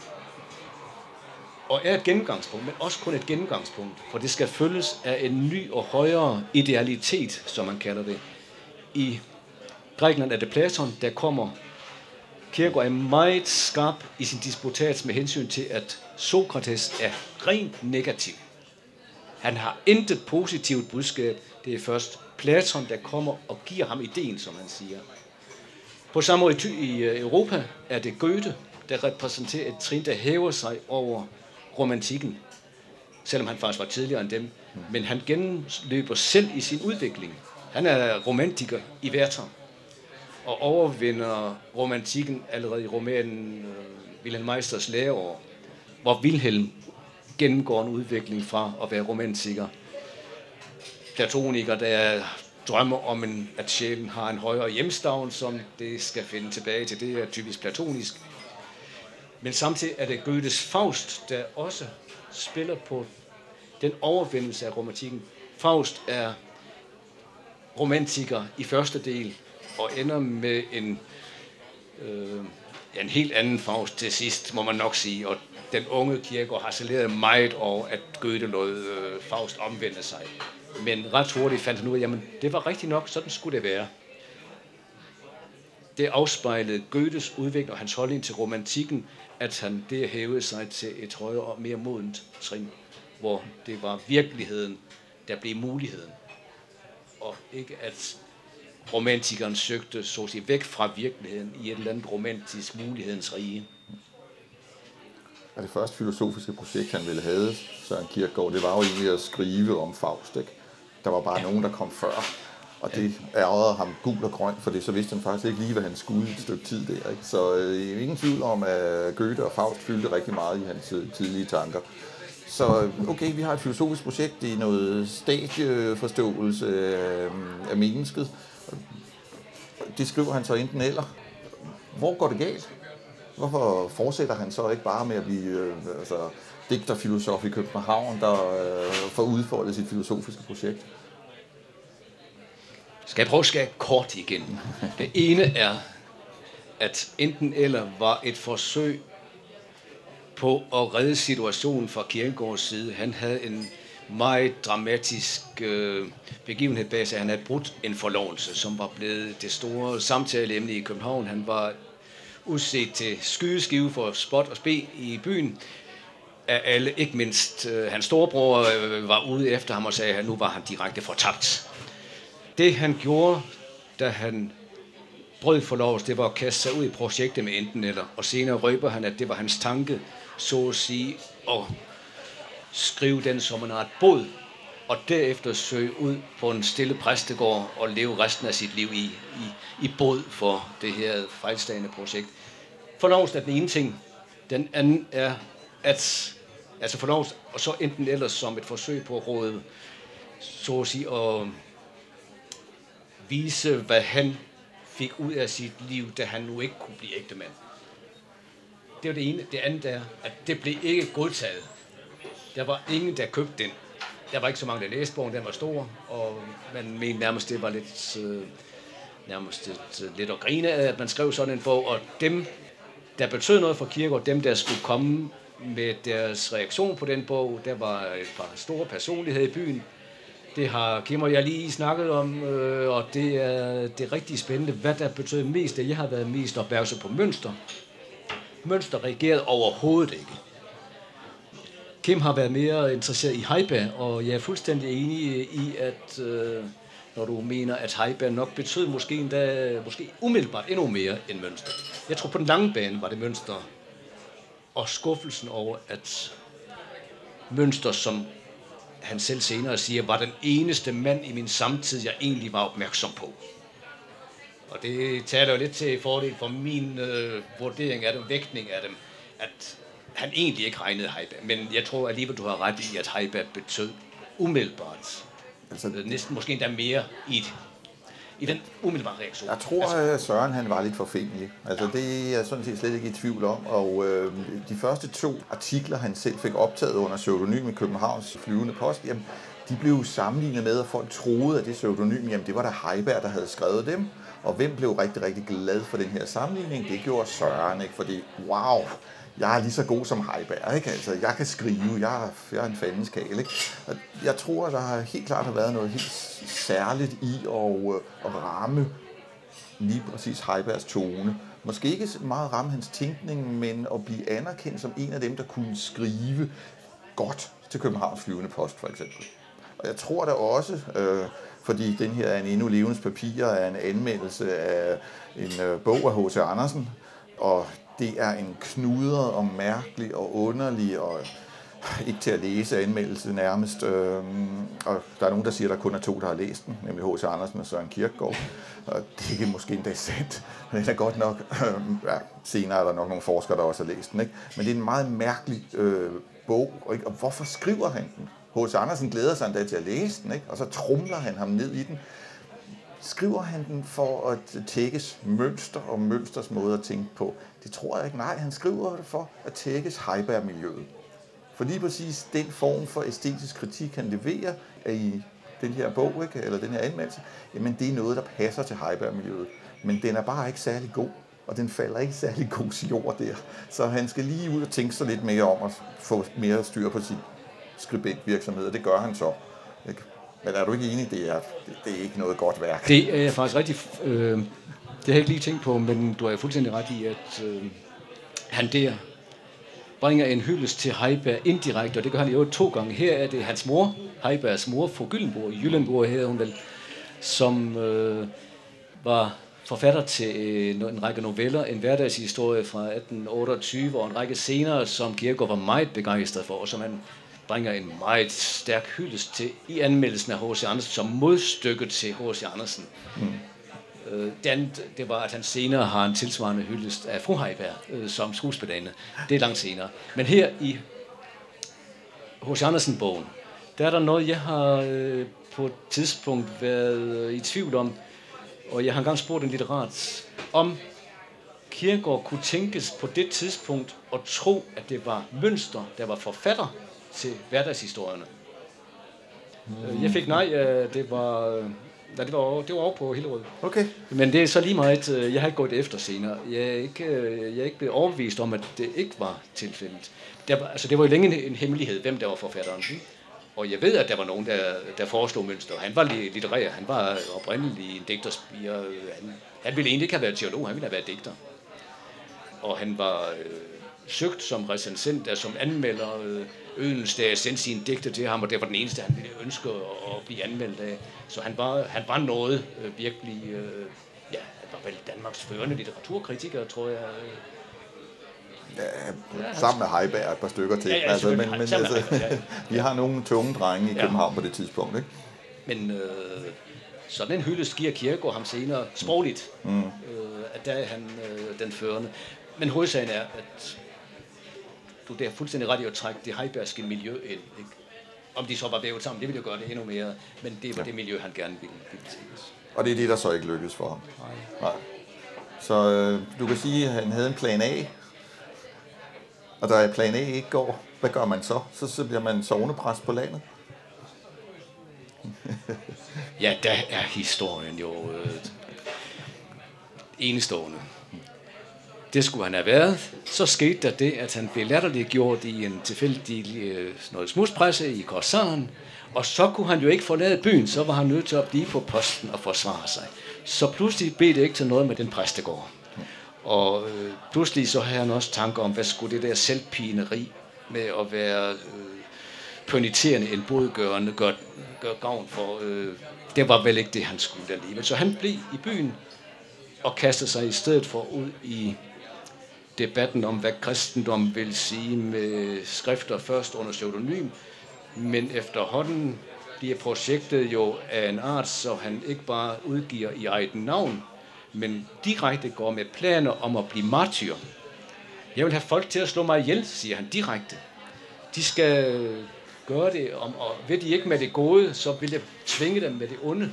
Og er et gennemgangspunkt, men også kun et gennemgangspunkt, for det skal følges af en ny og højere idealitet, som man kalder det. I Grækenland er det Platon, der kommer. Kierkegaard er meget skarp i sin disputat med hensyn til, at Sokrates er rent negativ. Han har intet positivt budskab. Det er først Platon, der kommer og giver ham ideen, som han siger. På samme måde i Europa er det Goethe, der repræsenterer et trin, der hæver sig over romantikken, selvom han faktisk var tidligere end dem. Men han gennemløber selv i sin udvikling. Han er romantiker i Werther, og overvinder romantikken allerede i romanen Wilhelm Meisters læreår, hvor Wilhelm gennemgår en udvikling fra at være romantiker. Platoniker, der drømmer om, at sjælen har en højere hjemstavn, som det skal finde tilbage til. Det er typisk platonisk. Men samtidig er det Goethes Faust, der også spiller på den overvindelse af romantikken. Faust er romantiker i første del, og ender med en helt anden Faust til sidst, må man nok sige. Og den unge Kierkegaard har harceleret meget over, at Goethe lod Faust omvende sig. Men ret hurtigt fandt han ud af, jamen det var rigtigt nok, sådan skulle det være. Det afspejlede Goethes udvikling og hans holdning til romantikken, at han der hævede sig til et højere og mere modent trin, hvor det var virkeligheden, der blev muligheden. Og ikke at romantikeren søgte så at sige væk fra virkeligheden i et eller andet romantisk mulighedens rige. det første filosofiske projekt, han ville have, Søren Kierkegaard, det var jo egentlig at skrive om Faust, ikke? Der var bare nogen, der kom før, og det ærgede ham gul og grøn, for det så vidste han faktisk ikke lige, hvad han skulle et stykke tid der, ikke? Så ingen tvivl om, at Goethe og Faust fyldte rigtig meget i hans tidlige tanker. Så okay, vi har et filosofisk projekt, det er noget stadieforståelse af mennesket. Det skriver han så enten eller. Hvor går det galt? Hvorfor fortsætter han så ikke bare med at blive digterfilosof i København, der får udfoldet sit filosofiske projekt? Skal jeg prøve at skære kort igen? Det ene er, at enten eller var et forsøg på at redde situationen fra Kierkegaards side. Han havde en meget dramatisk begivenhed bag sig. Han havde brudt en forlovelse, som var blevet det store samtaleemne i København. Han var udset til skydeskive for spot og spe i byen af alle. Ikke mindst hans storebror var ude efter ham og sagde, at nu var han direkte fortabt. Det han gjorde, da han brød forlovelse, det var at kaste sig ud i projektet med enten eller. Og senere røber han, at det var hans tanke, så at sige, at skrive den som en art bod, og derefter søge ud på en stille præstegård og leve resten af sit liv i bod for det her fejlslagende projekt. Forlovelsen er den ene ting. Den anden er, at forlovelsen, og så enten ellers som et forsøg på at råde, så at sige, at vise, hvad han fik ud af sit liv, da han nu ikke kunne blive ægtemand. Det var det ene. Det andet er, at det blev ikke godtaget. Der var ingen, der købte den. Der var ikke så mange, der læste bogen. Den var stor, og man mente nærmest, det var lidt at grine af, at man skrev sådan en bog. Og dem, der betød noget for Kierkegaard, dem, der skulle komme med deres reaktion på den bog, der var et par store personligheder i byen. Det har Kim og jeg lige snakket om, og det er rigtig spændende, hvad der betød mest. Jeg har været mest opmærksom på Münster. Münster reagerede overhovedet ikke. Kim har været mere interesseret i Heiberg, og jeg er fuldstændig enig i, at når du mener, at Heiberg nok betød måske umiddelbart endnu mere end Münster. Jeg tror på den lange bane var det Münster, og skuffelsen over, at Münster, som han selv senere siger, var den eneste mand i min samtid, jeg egentlig var opmærksom på. Og det taler jo lidt til fordel for min vurdering af dem, vægtning af dem, at han egentlig ikke regnede Heiberg. Men jeg tror alligevel, du har ret i, at Heiberg betød umiddelbart. Næsten måske endda mere i den umiddelbare reaktion. Jeg tror, at Søren han var lidt forfængelig. Altså, det er jeg sådan set slet ikke i tvivl om. Og de første 2 artikler, han selv fik optaget under pseudonym i Københavns Flyvende Post, jamen, de blev sammenlignet med, at folk troede, at det pseudonym, jamen det var da Heiberg, der havde skrevet dem. Og hvem blev rigtig, rigtig glad for den her sammenligning? Det gjorde Søren, ikke? Fordi, wow, jeg er lige så god som Heiberg, ikke? Altså, jeg kan skrive, jeg er en fandens kæl, ikke? Jeg tror, der har helt klart været noget helt særligt i at ramme lige præcis Heibergs tone. Måske ikke meget ramme hans tænkning, men at blive anerkendt som en af dem, der kunne skrive godt til Københavns Flyvende Post, for eksempel. Og jeg tror da også, fordi den her er en endnu levende papir, er en anmeldelse af en bog af H.C. Andersen, og det er en knudret og mærkelig og underlig og ikke til at læse anmeldelse nærmest. Og der er nogen, der siger, at der kun er 2, der har læst den, nemlig H.C. Andersen og Søren Kierkegaard. Og det er ikke måske endda sandt. Det er godt nok. Senere er der nok nogle forskere, der også har læst den, ikke? Men det er en meget mærkelig bog, ikke? Og hvorfor skriver han den? H.C. Andersen glæder sig endda til at læse den, ikke? Og så trumler han ham ned i den. Skriver han den for at tækkes Münster og Münsters måde at tænke på? Det tror jeg ikke. Nej, han skriver det for at tækkes Heiberg-miljøet. For lige præcis den form for æstetisk kritik, han leverer i den her bog, ikke? Eller den her anmeldelse, jamen det er noget, der passer til Heiberg-miljøet. Men den er bare ikke særlig god, og den falder ikke særlig god jord der. Så han skal lige ud og tænke sig lidt mere om at få mere styr på sin skribentvirksomhed, og det gør han så. Ikke? Men er du ikke enig, det er ikke noget godt værk? Det er jeg faktisk rigtig... det har jeg ikke lige tænkt på, men du er fuldstændig ret i, at han der bringer en hyldest til Heiberg indirekte, og det gør han jo 2 gange. Her er det hans mor, Heibergs mor, fru Gyllenborg, i Jyllenborg hedder hun vel, som var forfatter til en række noveller, en hverdagshistorie fra 1828 og en række scener, som Kierkegaard var meget begejstret for, og som han bringer en meget stærk hyldest til i anmeldelsen af H.C. Andersen som modstykke til H.C. Andersen. Det var, at han senere har en tilsvarende hyldest af Fru Heiberg som skuespillerinde. Det er langt senere. Men her i H.C. Andersen-bogen, der er der noget, jeg har på et tidspunkt været i tvivl om, og jeg har engang spurgt en litterat, om Kierkegaard kunne tænkes på det tidspunkt at tro, at det var Münster, der var forfatter til hverdagshistorierne. Jeg fik nej, det var over på Hillerød. Okay. Men det er så lige meget, jeg har ikke gået efter senere. Jeg er ikke blevet overbevist om, at det ikke var tilfældet. Det var jo længe en hemmelighed, hvem der var forfatteren. Og jeg ved, at der var nogen, der foreslog Münster. Han var litterær, han var oprindelig en digterspire. Han ville egentlig ikke have været teolog, han ville have været digter. Og han var søgt som recensent, der som anmelder. Ødenstad sendte sine digte til ham, og det var den eneste, han ville ønske at blive anmeldt af. Så han var noget virkelig, han var vel Danmarks førende litteraturkritiker, tror jeg. Ja, sammen med Heiberg et par stykker til. Vi har nogle tunge drenge i København på det tidspunkt, ikke? Men sådan en hyldest giver Kierkegaard ham senere sprogligt, at der er han den førende. Men hovedsagen er, at du der er fuldstændig ret i at trække det heibergske miljø ind. Ikke? Om de så var vævet sammen, det ville jo gøre det endnu mere, men det var det miljø, han gerne ville tilses. Og det er det, der så ikke lykkedes for ham? Nej. Så du kan sige, at han havde en plan A, og da plan A ikke går, hvad gør man så? Så bliver man sognepræst på landet? Ja, der er historien jo enestående. Det skulle han have været. Så skete der det, at han blev latterliggjort i en tilfældig noget smudspresse i Korsaren, og så kunne han jo ikke forlade byen, så var han nødt til at blive på posten og forsvare sig. Så pludselig blev det ikke til noget med den præstegård. Og pludselig så havde han også tanker om, hvad skulle det der selvpineri med at være peniterende en bodgørende gør gavn for. Det var vel ikke det, han skulle alligevel. Så han blev i byen og kastede sig i stedet for ud i debatten om, hvad kristendom vil sige med skrifter først under pseudonym, men efterhånden bliver projektet jo af en art, så han ikke bare udgiver i eget navn, men direkte går med planer om at blive martyr. Jeg vil have folk til at slå mig ihjel, siger han direkte. De skal gøre det, og ved de ikke med det gode, så vil jeg tvinge dem med det onde.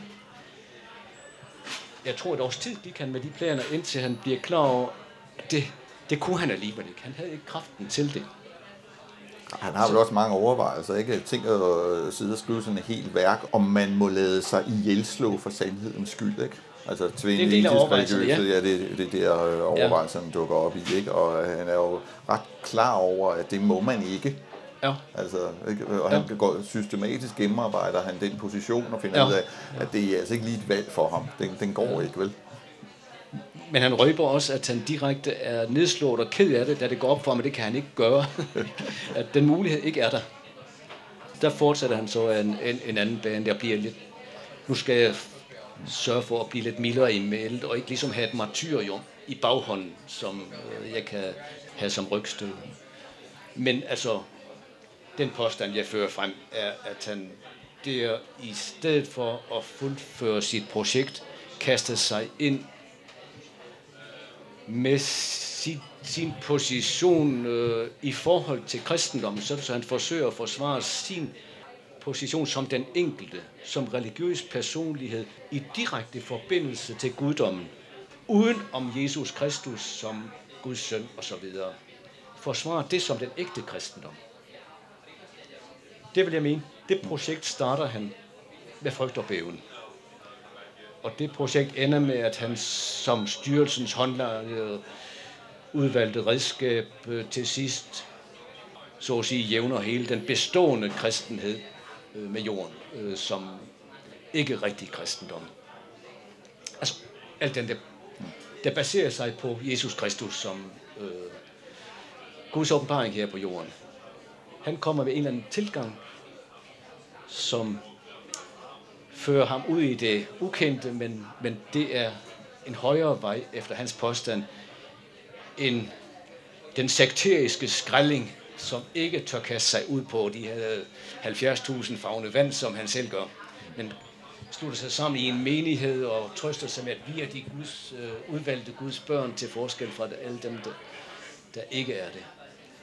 Jeg tror, et års tid gik han med de planer, indtil han bliver klar over, at det kunne han alligevel ikke. Han havde ikke kraften til det. Han har vel også mange overvejelser, ikke? Tænk at sidde og skrive sådan et helt værk, om man må lade sig ihjelslå for sandhedens skyld, ikke? Altså tvinge etisk religiøse, det er der overvejelserne dukker op i, ikke? Og han er jo ret klar over, at det må man ikke. Ja. Altså, ikke? Og han går systematisk gennemarbejder han den position og finder ud af, at det er altså ikke lige et valg for ham. Den går ikke, vel? Men han røber også, at han direkte er nedslået og ked af det, da det går op for ham, at det kan han ikke gøre. At den mulighed ikke er der. Der fortsætter han så en anden bane, der bliver lidt... Nu skal jeg sørge for at blive lidt mildere i mailet, og ikke ligesom have et martyrium i baghånden, som jeg kan have som rygstød. Men altså, den påstand, jeg fører frem, er, at han der i stedet for at fuldføre sit projekt, kaster sig ind med sin position i forhold til kristendommen, så han forsøger at forsvare sin position som den enkelte, som religiøs personlighed i direkte forbindelse til guddommen, uden om Jesus Kristus som Guds søn osv. Forsvarer det som den ægte kristendom. Det vil jeg mene. Det projekt starter han med frygt og bæven. Og det projekt ender med, at han som styrelsens håndlangede udvalgte redskab til sidst, så at sige, jævner hele den bestående kristenhed med jorden, som ikke rigtig kristendom. Altså, alt den der baserer sig på Jesus Kristus som Guds åbenbaring her på jorden. Han kommer med en eller anden tilgang, som fører ham ud i det ukendte, men det er en højere vej efter hans påstand end den sekteriske skrælling, som ikke tør kaste sig ud på de her 70.000 favne vand, som han selv gør, men slutter sig sammen i en menighed og trøster sig med, at vi er de udvalgte Guds børn til forskel fra alle dem, der ikke er det.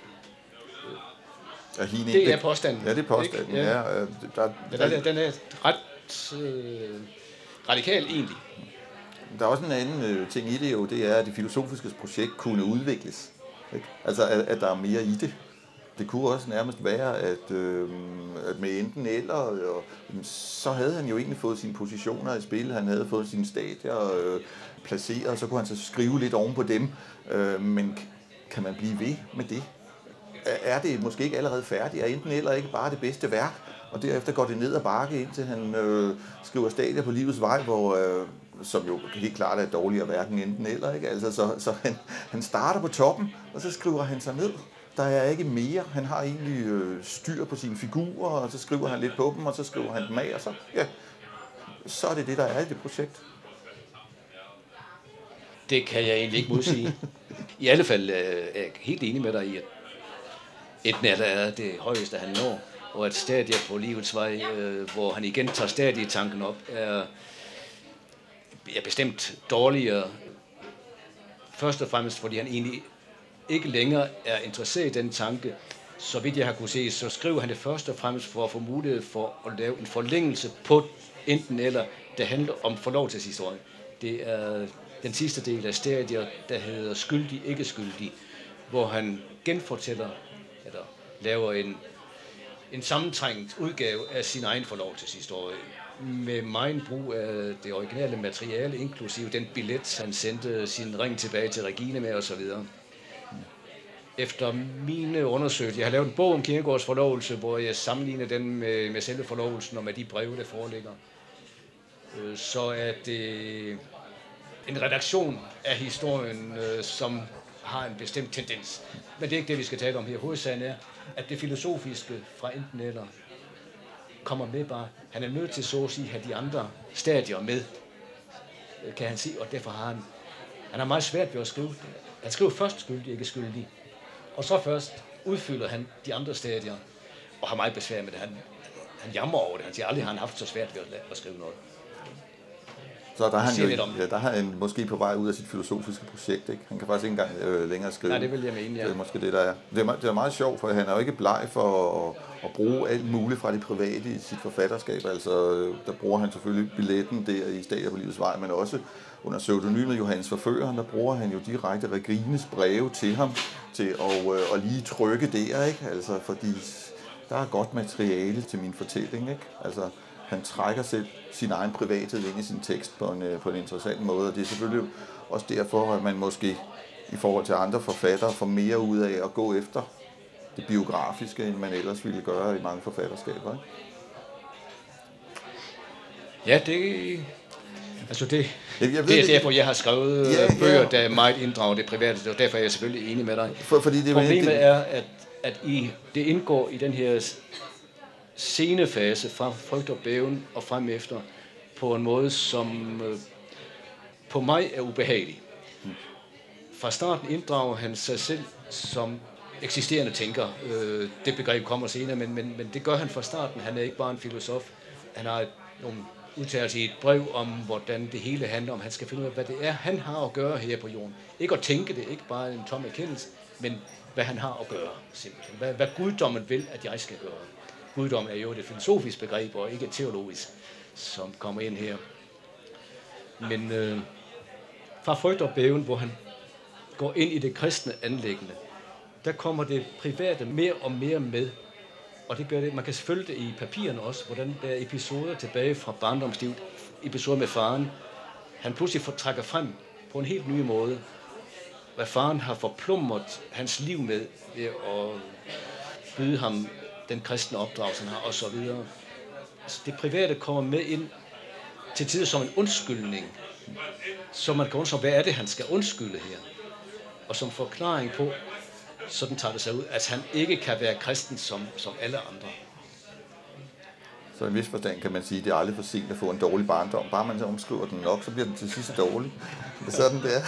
Det er påstanden. Ja, det er påstanden. Ja. Den er ret radikal egentlig. Der er også en anden ting i det jo, det er, at det filosofiske projekt kunne udvikles. Ikke? Altså, at der er mere i det. Det kunne også nærmest være, at med enten eller, så havde han jo egentlig fået sine positioner i spil, han havde fået sine stadier placeret, og så kunne han så skrive lidt oven på dem. Men kan man blive ved med det? Er det måske ikke allerede færdigt? Er enten eller ikke bare det bedste værk? Og derefter går det ned ad bakke, indtil han skriver Stadier på livets vej, som jo helt klart er et dårligere værk end enten eller. Ikke? Altså, så han starter på toppen, og så skriver han sig ned. Der er ikke mere. Han har egentlig styr på sine figurer, og så skriver han lidt på dem, og så skriver han dem af, og så er det, der er i det projekt. Det kan jeg egentlig ikke modsige. I alle fald er jeg helt enig med dig i, at enten er det højeste, han når, og at Stadier på livets vej, hvor han igen tager stadig tanken op, er bestemt dårligere. Først og fremmest, fordi han egentlig ikke længere er interesseret i den tanke. Så vidt jeg har kunne se, så skriver han det først og fremmest for at få mulighed for at lave en forlængelse på enten eller, der handler om forlovelseshistorie. Det er den sidste del af Stadier, der hedder Skyldig, ikke skyldig, hvor han genfortæller, eller laver en sammentrængt udgave af sin egen forlovelseshistorie, med meget brug af det originale materiale, inklusive den billet, han sendte sin ring tilbage til Regine med osv. Efter mine undersøgelser, jeg har lavet en bog om Kierkegaards forlovelse, hvor jeg sammenligner den med selve forlovelsen og med de breve, der foreligger. Så er det en redaktion af historien, som har en bestemt tendens. Men det er ikke det, vi skal tale om her. Hovedsagen er, at det filosofiske fra enten eller kommer med bare. Han er nødt til så at sige, at have de andre stadier med, kan han sige, og derfor har han har meget svært ved at skrive. Han skriver først skyldig, ikke skyldig, og så først udfylder han de andre stadier, og har meget besvær med det. Han jammer over det. Han siger, aldrig har han haft så svært ved at skrive noget. Så der er han måske på vej ud af sit filosofiske projekt, ikke? Han kan faktisk ikke engang længere skrive. Nej, det vil jeg mene, ja. Det er måske det, der er. Det er meget sjovt, for han er jo ikke bleg for at bruge alt muligt fra det private i sit forfatterskab. Altså, der bruger han selvfølgelig billetten der i Stadier på livets vej, men også under pseudonymet Johannes Forføreren, der bruger han jo direkte Regines breve til ham, til at lige trykke der, ikke? Altså, fordi der er godt materiale til min fortælling, ikke? Altså, han trækker selv sin egen privathed ind i sin tekst på en interessant måde, og det er selvfølgelig også derfor, at man måske i forhold til andre forfattere får mere ud af at gå efter det biografiske, end man ellers ville gøre i mange forfatterskaber, ikke? Ja, det er derfor, jeg har skrevet bøger, der er meget inddraget det private, og derfor er jeg selvfølgelig enig med dig. Problemet er, at det indgår i den her scenefase fra Frygt og Bæven og frem efter på en måde, som på mig er ubehagelig. Fra starten inddrager han sig selv som eksisterende tænker. Det begreb kommer senere, men det gør han fra starten. Han er ikke bare en filosof. Han har nogle udtalelser i et brev om, hvordan det hele handler om. Han skal finde ud af, hvad det er, han har at gøre her på jorden. Ikke at tænke det, ikke bare en tom erkendelse, men hvad han har at gøre, simpelthen. Hvad guddommen vil, at jeg skal gøre. Guddom er jo et filosofisk begreb, og ikke et teologisk, som kommer ind her. Men fra Frygt og Bæven, hvor han går ind i det kristne anliggende, der kommer det private mere og mere med. Og det gør det. Man kan følge det i papirerne også, hvordan der er episoder tilbage fra barndomslivet, episoder med faren. Han pludselig trækker frem på en helt ny måde, hvad faren har forplumret hans liv med ved at byde ham den kristne opdragelse, han har, og så videre. Altså, det private kommer med ind til tider som en undskyldning, så man kan undre, hvad er det, han skal undskylde her? Og som forklaring på, sådan tager det sig ud, at han ikke kan være kristen som alle andre. Så i en vis forstand kan man sige, at det er aldrig for sent at få en dårlig barndom. Bare man så omskriver den nok, så bliver den til sidst dårlig. Det er sådan, det er.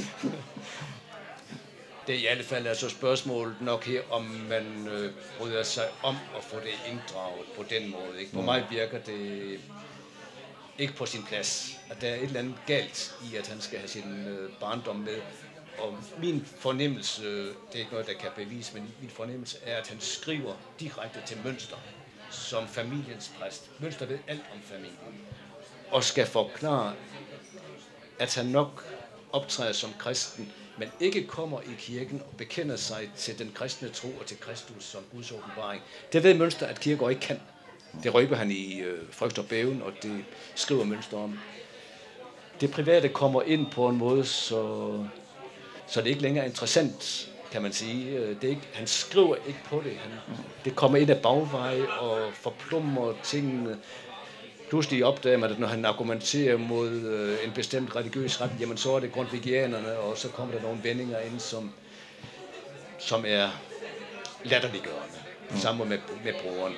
Det er i alle fald altså spørgsmålet nok her, om man bryder sig om at få det inddraget på den måde. Ikke? På mig virker det ikke på sin plads, at der er et eller andet galt i, at han skal have sin barndom med. Og min fornemmelse, det er ikke noget, der kan bevise, men min fornemmelse er, at han skriver direkte til Münster som familiens præst. Münster ved alt om familien og skal forklare, at han nok optræder som kristen, men ikke kommer i kirken og bekender sig til den kristne tro og til Kristus som Guds åbenbaring. Det ved Münster, at Kierkegaard ikke kan. Det røber han i Frygt og Bæven, og det skriver Münster om. Det private kommer ind på en måde, så det ikke længere er interessant, kan man sige. Det er ikke, han skriver ikke på det. Det kommer ind af bagveje og forplummer tingene. Pludselig opdager man, at når han argumenterer mod en bestemt religiøs retning, jamen så er det grundtvigianerne, og så kommer der nogle vendinger ind, som er latterliggørende. Sammen med broren.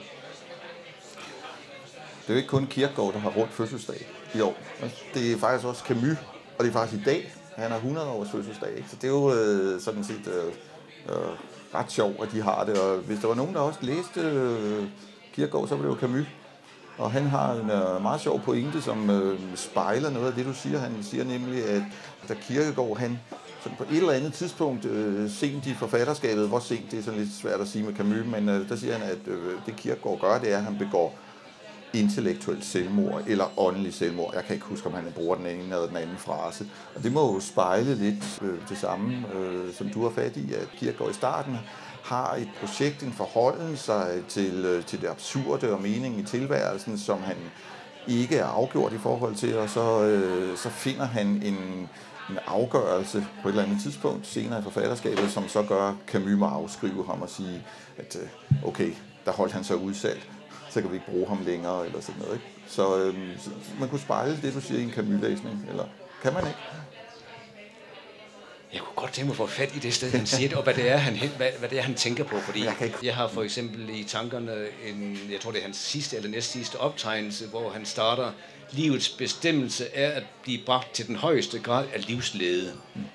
Det er jo ikke kun Kierkegaard, der har rundt fødselsdag i år. Det er faktisk også Camus, og det er faktisk i dag. Han har 100 års fødselsdag, ikke? Så det er jo sådan set ret sjovt, at de har det. Og hvis der var nogen, der også læste Kierkegaard, så var det jo Camus. Og han har en meget sjov pointe, som spejler noget af det, du siger. Han siger nemlig, at da Kierkegaard, han sådan på et eller andet tidspunkt sent i forfatterskabet, hvor sent, det er sådan lidt svært at sige med Camus, men der siger han, at det Kierkegaard gør, det er, at han begår intellektuelt selvmord eller åndelig selvmord. Jeg kan ikke huske, om han bruger den ene eller den anden frase. Og det må jo spejle lidt det samme, som du har fat i, at Kierkegaard i starten har et projekt, en forholden sig til det absurde og meningen i tilværelsen, som han ikke er afgjort i forhold til, og så finder han en afgørelse på et eller andet tidspunkt senere i forfatterskabet, som så gør Camus må afskrive ham og sige, at okay, der holdt han så udsat, så kan vi ikke bruge ham længere, eller sådan noget, ikke? Så man kunne spejle det, du siger i en Camus-læsning, eller kan man ikke? Jeg kunne godt tænke mig at få fat i det sted, han siger det, og hvad det er, han tænker på, fordi jeg har for eksempel i tankerne jeg tror det er hans sidste eller næstsidste optegnelse, hvor han starter, livets bestemmelse er at blive bragt til den højeste grad af livslede.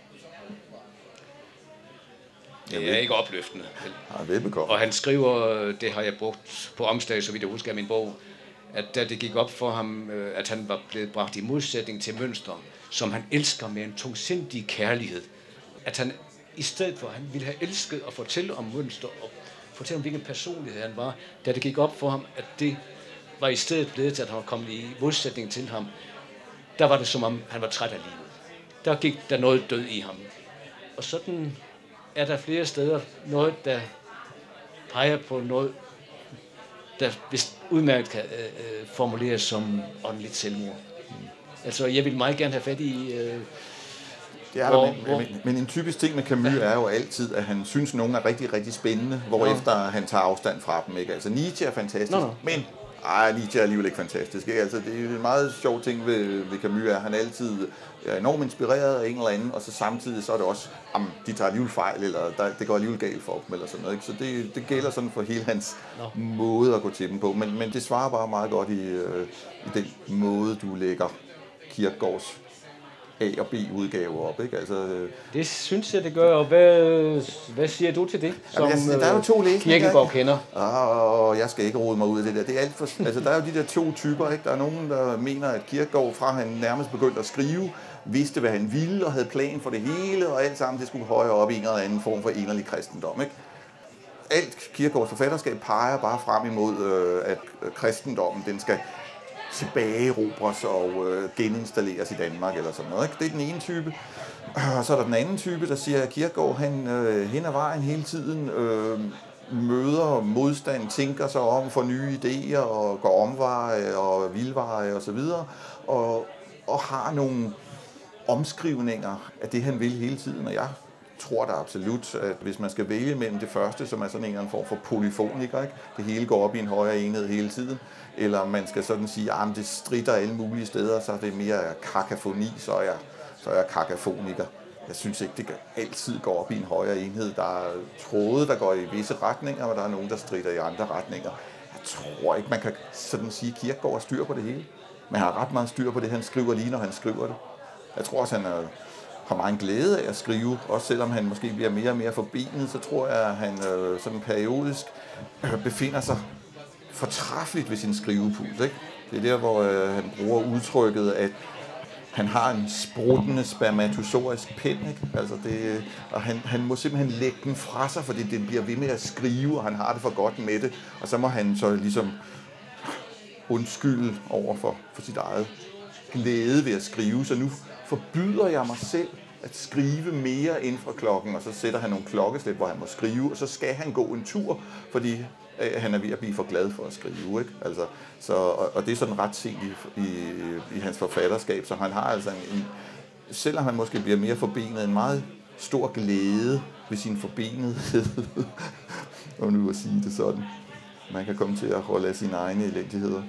Det er ikke opløftende. Og han skriver, det har jeg brugt på omslag, så vidt jeg husker af min bog, at da det gik op for ham, at han var blevet bragt i modsætning til Münster, som han elsker med en tungsindig kærlighed, at han i stedet for, han ville have elsket at fortælle om Münster og fortælle om, hvilken personlighed han var, da det gik op for ham, at det var i stedet blevet til, at han var kommet i modsætning til ham, der var det som om, han var træt af livet. Der gik der noget død i ham. Og sådan er der flere steder noget, der peger på noget, der vist udmærket kan formuleres som åndeligt selvmord. Altså, jeg vil meget gerne have fat i... Men en typisk ting med Camus er jo altid, at han synes, nogen er rigtig, rigtig spændende, hvorefter han tager afstand fra dem. Ikke? Altså, Nietzsche er fantastisk, men Nietzsche er alligevel ikke fantastisk. Ikke? Altså, det er en meget sjov ting ved Camus, at han altid er enormt inspireret af en eller anden, og så samtidig så er det også, de tager alligevel fejl, eller det går alligevel galt for dem, eller sådan noget. Ikke? Så det gælder sådan for hele hans måde at gå til dem på. Men det svarer bare meget godt i den måde, du lægger Kierkegaards A- og B-udgave op, ikke? Altså, det synes jeg, det gør, og hvad siger du til det, som der er jo to læsninger, Kierkegaard kender? Jeg skal ikke rode mig ud af det der. Det er alt for, altså, der er jo de der to typer, ikke? Der er nogen, der mener, at Kierkegaard, fra han nærmest begyndte at skrive, vidste, hvad han ville, og havde plan for det hele, og alt sammen, det skulle højere op i en eller anden form for inderlig kristendom, ikke? Alt Kierkegaards forfatterskab peger bare frem imod, at kristendommen, den skal tilbagerobres og geninstalleres i Danmark eller sådan noget. Ikke? Det er den ene type. Og så er der den anden type, der siger, at Kierkegaard han hen ad vejen hele tiden møder modstand, tænker sig om, får nye idéer og går omveje og vildveje og så videre, og har nogle omskrivninger af det, han vil hele tiden. Og jeg tror da absolut, at hvis man skal vælge mellem det første, som er sådan en eller anden form for polyfoniker, ikke? Det hele går op i en højere enhed hele tiden, eller man skal sådan sige, at det stritter alle mulige steder, så er det mere kakafoni, så er jeg kakafoniker. Jeg synes ikke, det altid går op i en højere enhed. Der er tråde, der går i visse retninger, og der er nogen, der stritter i andre retninger. Jeg tror ikke, man kan sådan sige, at Kierkegaard har styr på det hele. Men han har ret meget styr på det, han skriver lige, når han skriver det. Jeg tror også, han har meget glæde af at skrive. Også selvom han måske bliver mere og mere forbenet, så tror jeg, at han sådan periodisk befinder sig fortræffeligt ved sin skrivepuls. Ikke? Det er der, hvor han bruger udtrykket, at han har en spruttende spermatozoisk pen, ikke? Altså det, og han må simpelthen lægge den fra sig, fordi den bliver ved med at skrive, og han har det for godt med det. Og så må han så ligesom undskylde over for sit eget glæde ved at skrive. Så nu forbyder jeg mig selv at skrive mere inden fra klokken, og så sætter han nogle klokkeslæt, hvor han må skrive, og så skal han gå en tur, fordi han er ved at blive for glad for at skrive, ikke? Altså, og det er sådan ret sent i hans forfatterskab, så han har altså selvom han måske bliver mere forbenet, en meget stor glæde ved sin forbenethed, og nu at sige det sådan. Man kan komme til at holde af sine egne elendigheder.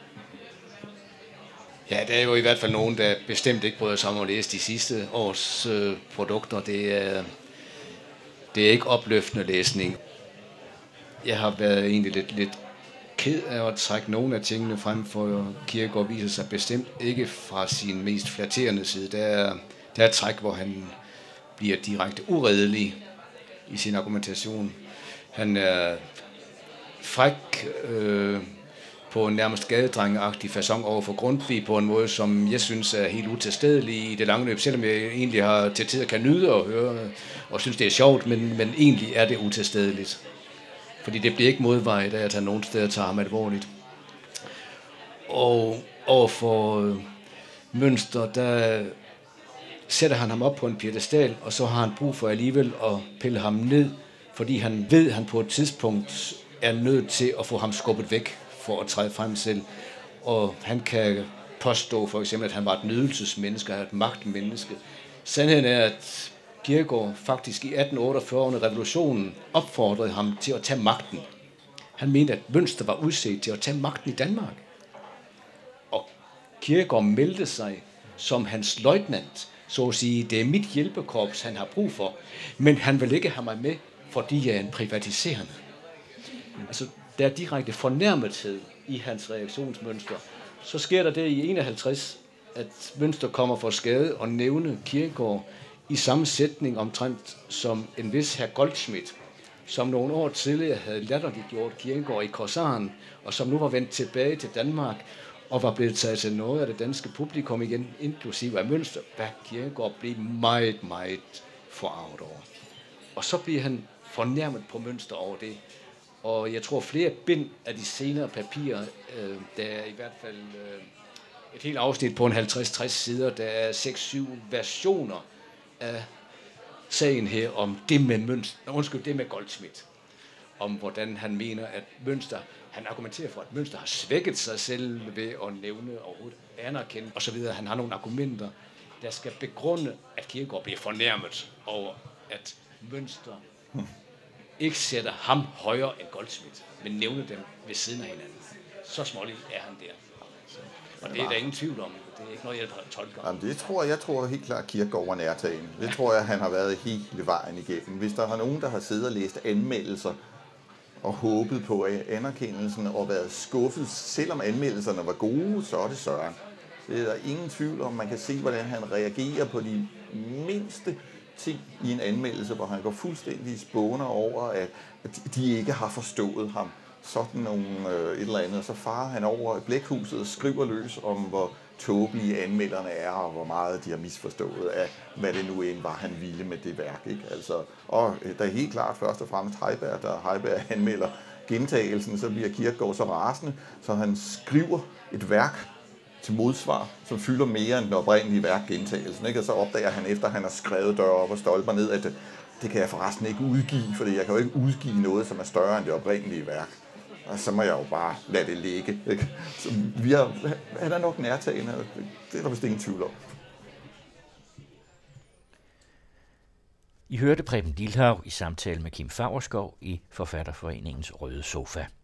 Ja, der er jo i hvert fald nogen, der bestemt ikke bryder sig om at læse de sidste års produkter. Det er ikke opløftende læsning. Jeg har været egentlig lidt ked af at trække nogle af tingene frem, for Kierkegaard viser sig bestemt ikke fra sin mest flatterende side. Der er et træk, hvor han bliver direkte uredelig i sin argumentation. Han er fræk på en nærmest gadedrengeagtig facon over for Grundtvig på en måde, som jeg synes er helt utilstedelig i det lange løb, selvom jeg egentlig har til tider kan nyde at høre og synes, det er sjovt, men egentlig er det utilstedeligt. Fordi det bliver ikke modvejet af, at han nogen steder tager ham alvorligt. Og overfor Münster, der sætter han ham op på en piedestal, og så har han brug for alligevel at pille ham ned, fordi han ved, at han på et tidspunkt er nødt til at få ham skubbet væk for at træde frem selv. Og han kan påstå for eksempel, at han var et nydelsesmenneske, et magtmenneske. Sandheden er, at Kierkegaard faktisk i 1848 under revolutionen opfordrede ham til at tage magten. Han mente, at Münster var udset til at tage magten i Danmark. Og Kierkegaard meldte sig som hans løjtnant, så at sige, det er mit hjælpekorps, han har brug for, men han vil ikke have mig med, fordi jeg er en privatiserende. Altså, der er direkte fornærmethed i hans reaktionsmønster. Så sker der det i 51, at Münster kommer for skade og nævne Kierkegaard i samme sætning omtrent som en vis herr Goldschmidt, som nogle år tidligere havde latterliggjort Kierkegaard i Korsaren, og som nu var vendt tilbage til Danmark, og var blevet taget til noget af det danske publikum igen, inklusive af Münster, hvad Kierkegaard blev meget, meget forarvet over. Og så bliver han fornærmet på Münster over det. Og jeg tror flere bind af de senere papirer, der er i hvert fald et helt afsnit på en 50-60 sider, der er 6-7 versioner af sagen her om det med det med Goldschmidt. Om hvordan han mener, at Münster, han argumenterer for, at Münster har svækket sig selv ved at nævne og anerkende osv. Han har nogle argumenter, der skal begrunde, at Kierkegaard bliver fornærmet over, at Münster ikke sætter ham højere end Goldschmidt, men nævner dem ved siden af hinanden. Så smålig er han der. Og det er der ingen tvivl om. Det er ikke noget, jeg tolker. Jamen, jeg tror helt klart, at Kierkegaard er nærtagen. Det tror jeg, han har været hele vejen igennem. Hvis der er nogen, der har siddet og læst anmeldelser og håbet på anerkendelsen og været skuffet, selvom anmeldelserne var gode, så er det Søren. Det er der ingen tvivl om. Man kan se, hvordan han reagerer på de mindste ting i en anmeldelse, hvor han går fuldstændig spåner over, at de ikke har forstået ham. Sådan nogle et eller andet, og så farer han over i blækhuset og skriver løs om, hvor tåbelige anmelderne er, og hvor meget de har misforstået af, hvad det nu end var, han ville med det værk. Ikke? Altså, og der er helt klart først og fremmest Heiberg, da Heiberg anmelder gentagelsen, så bliver Kierkegaard så rasende, så han skriver et værk til modsvar, som fylder mere end den oprindelige værk gentagelsen. Ikke? Og så opdager han, efter han har skrevet døre op og stolper ned, at det kan jeg forresten ikke udgive, fordi jeg kan jo ikke udgive noget, som er større end det oprindelige værk. Og så må jeg jo bare lade det ligge. Ikke? Så han er nok nærtagende, det er der vist ingen tvivl om. I hørte Preben Dilhaug i samtale med Kim Favrskov i Forfatterforeningens Røde Sofa.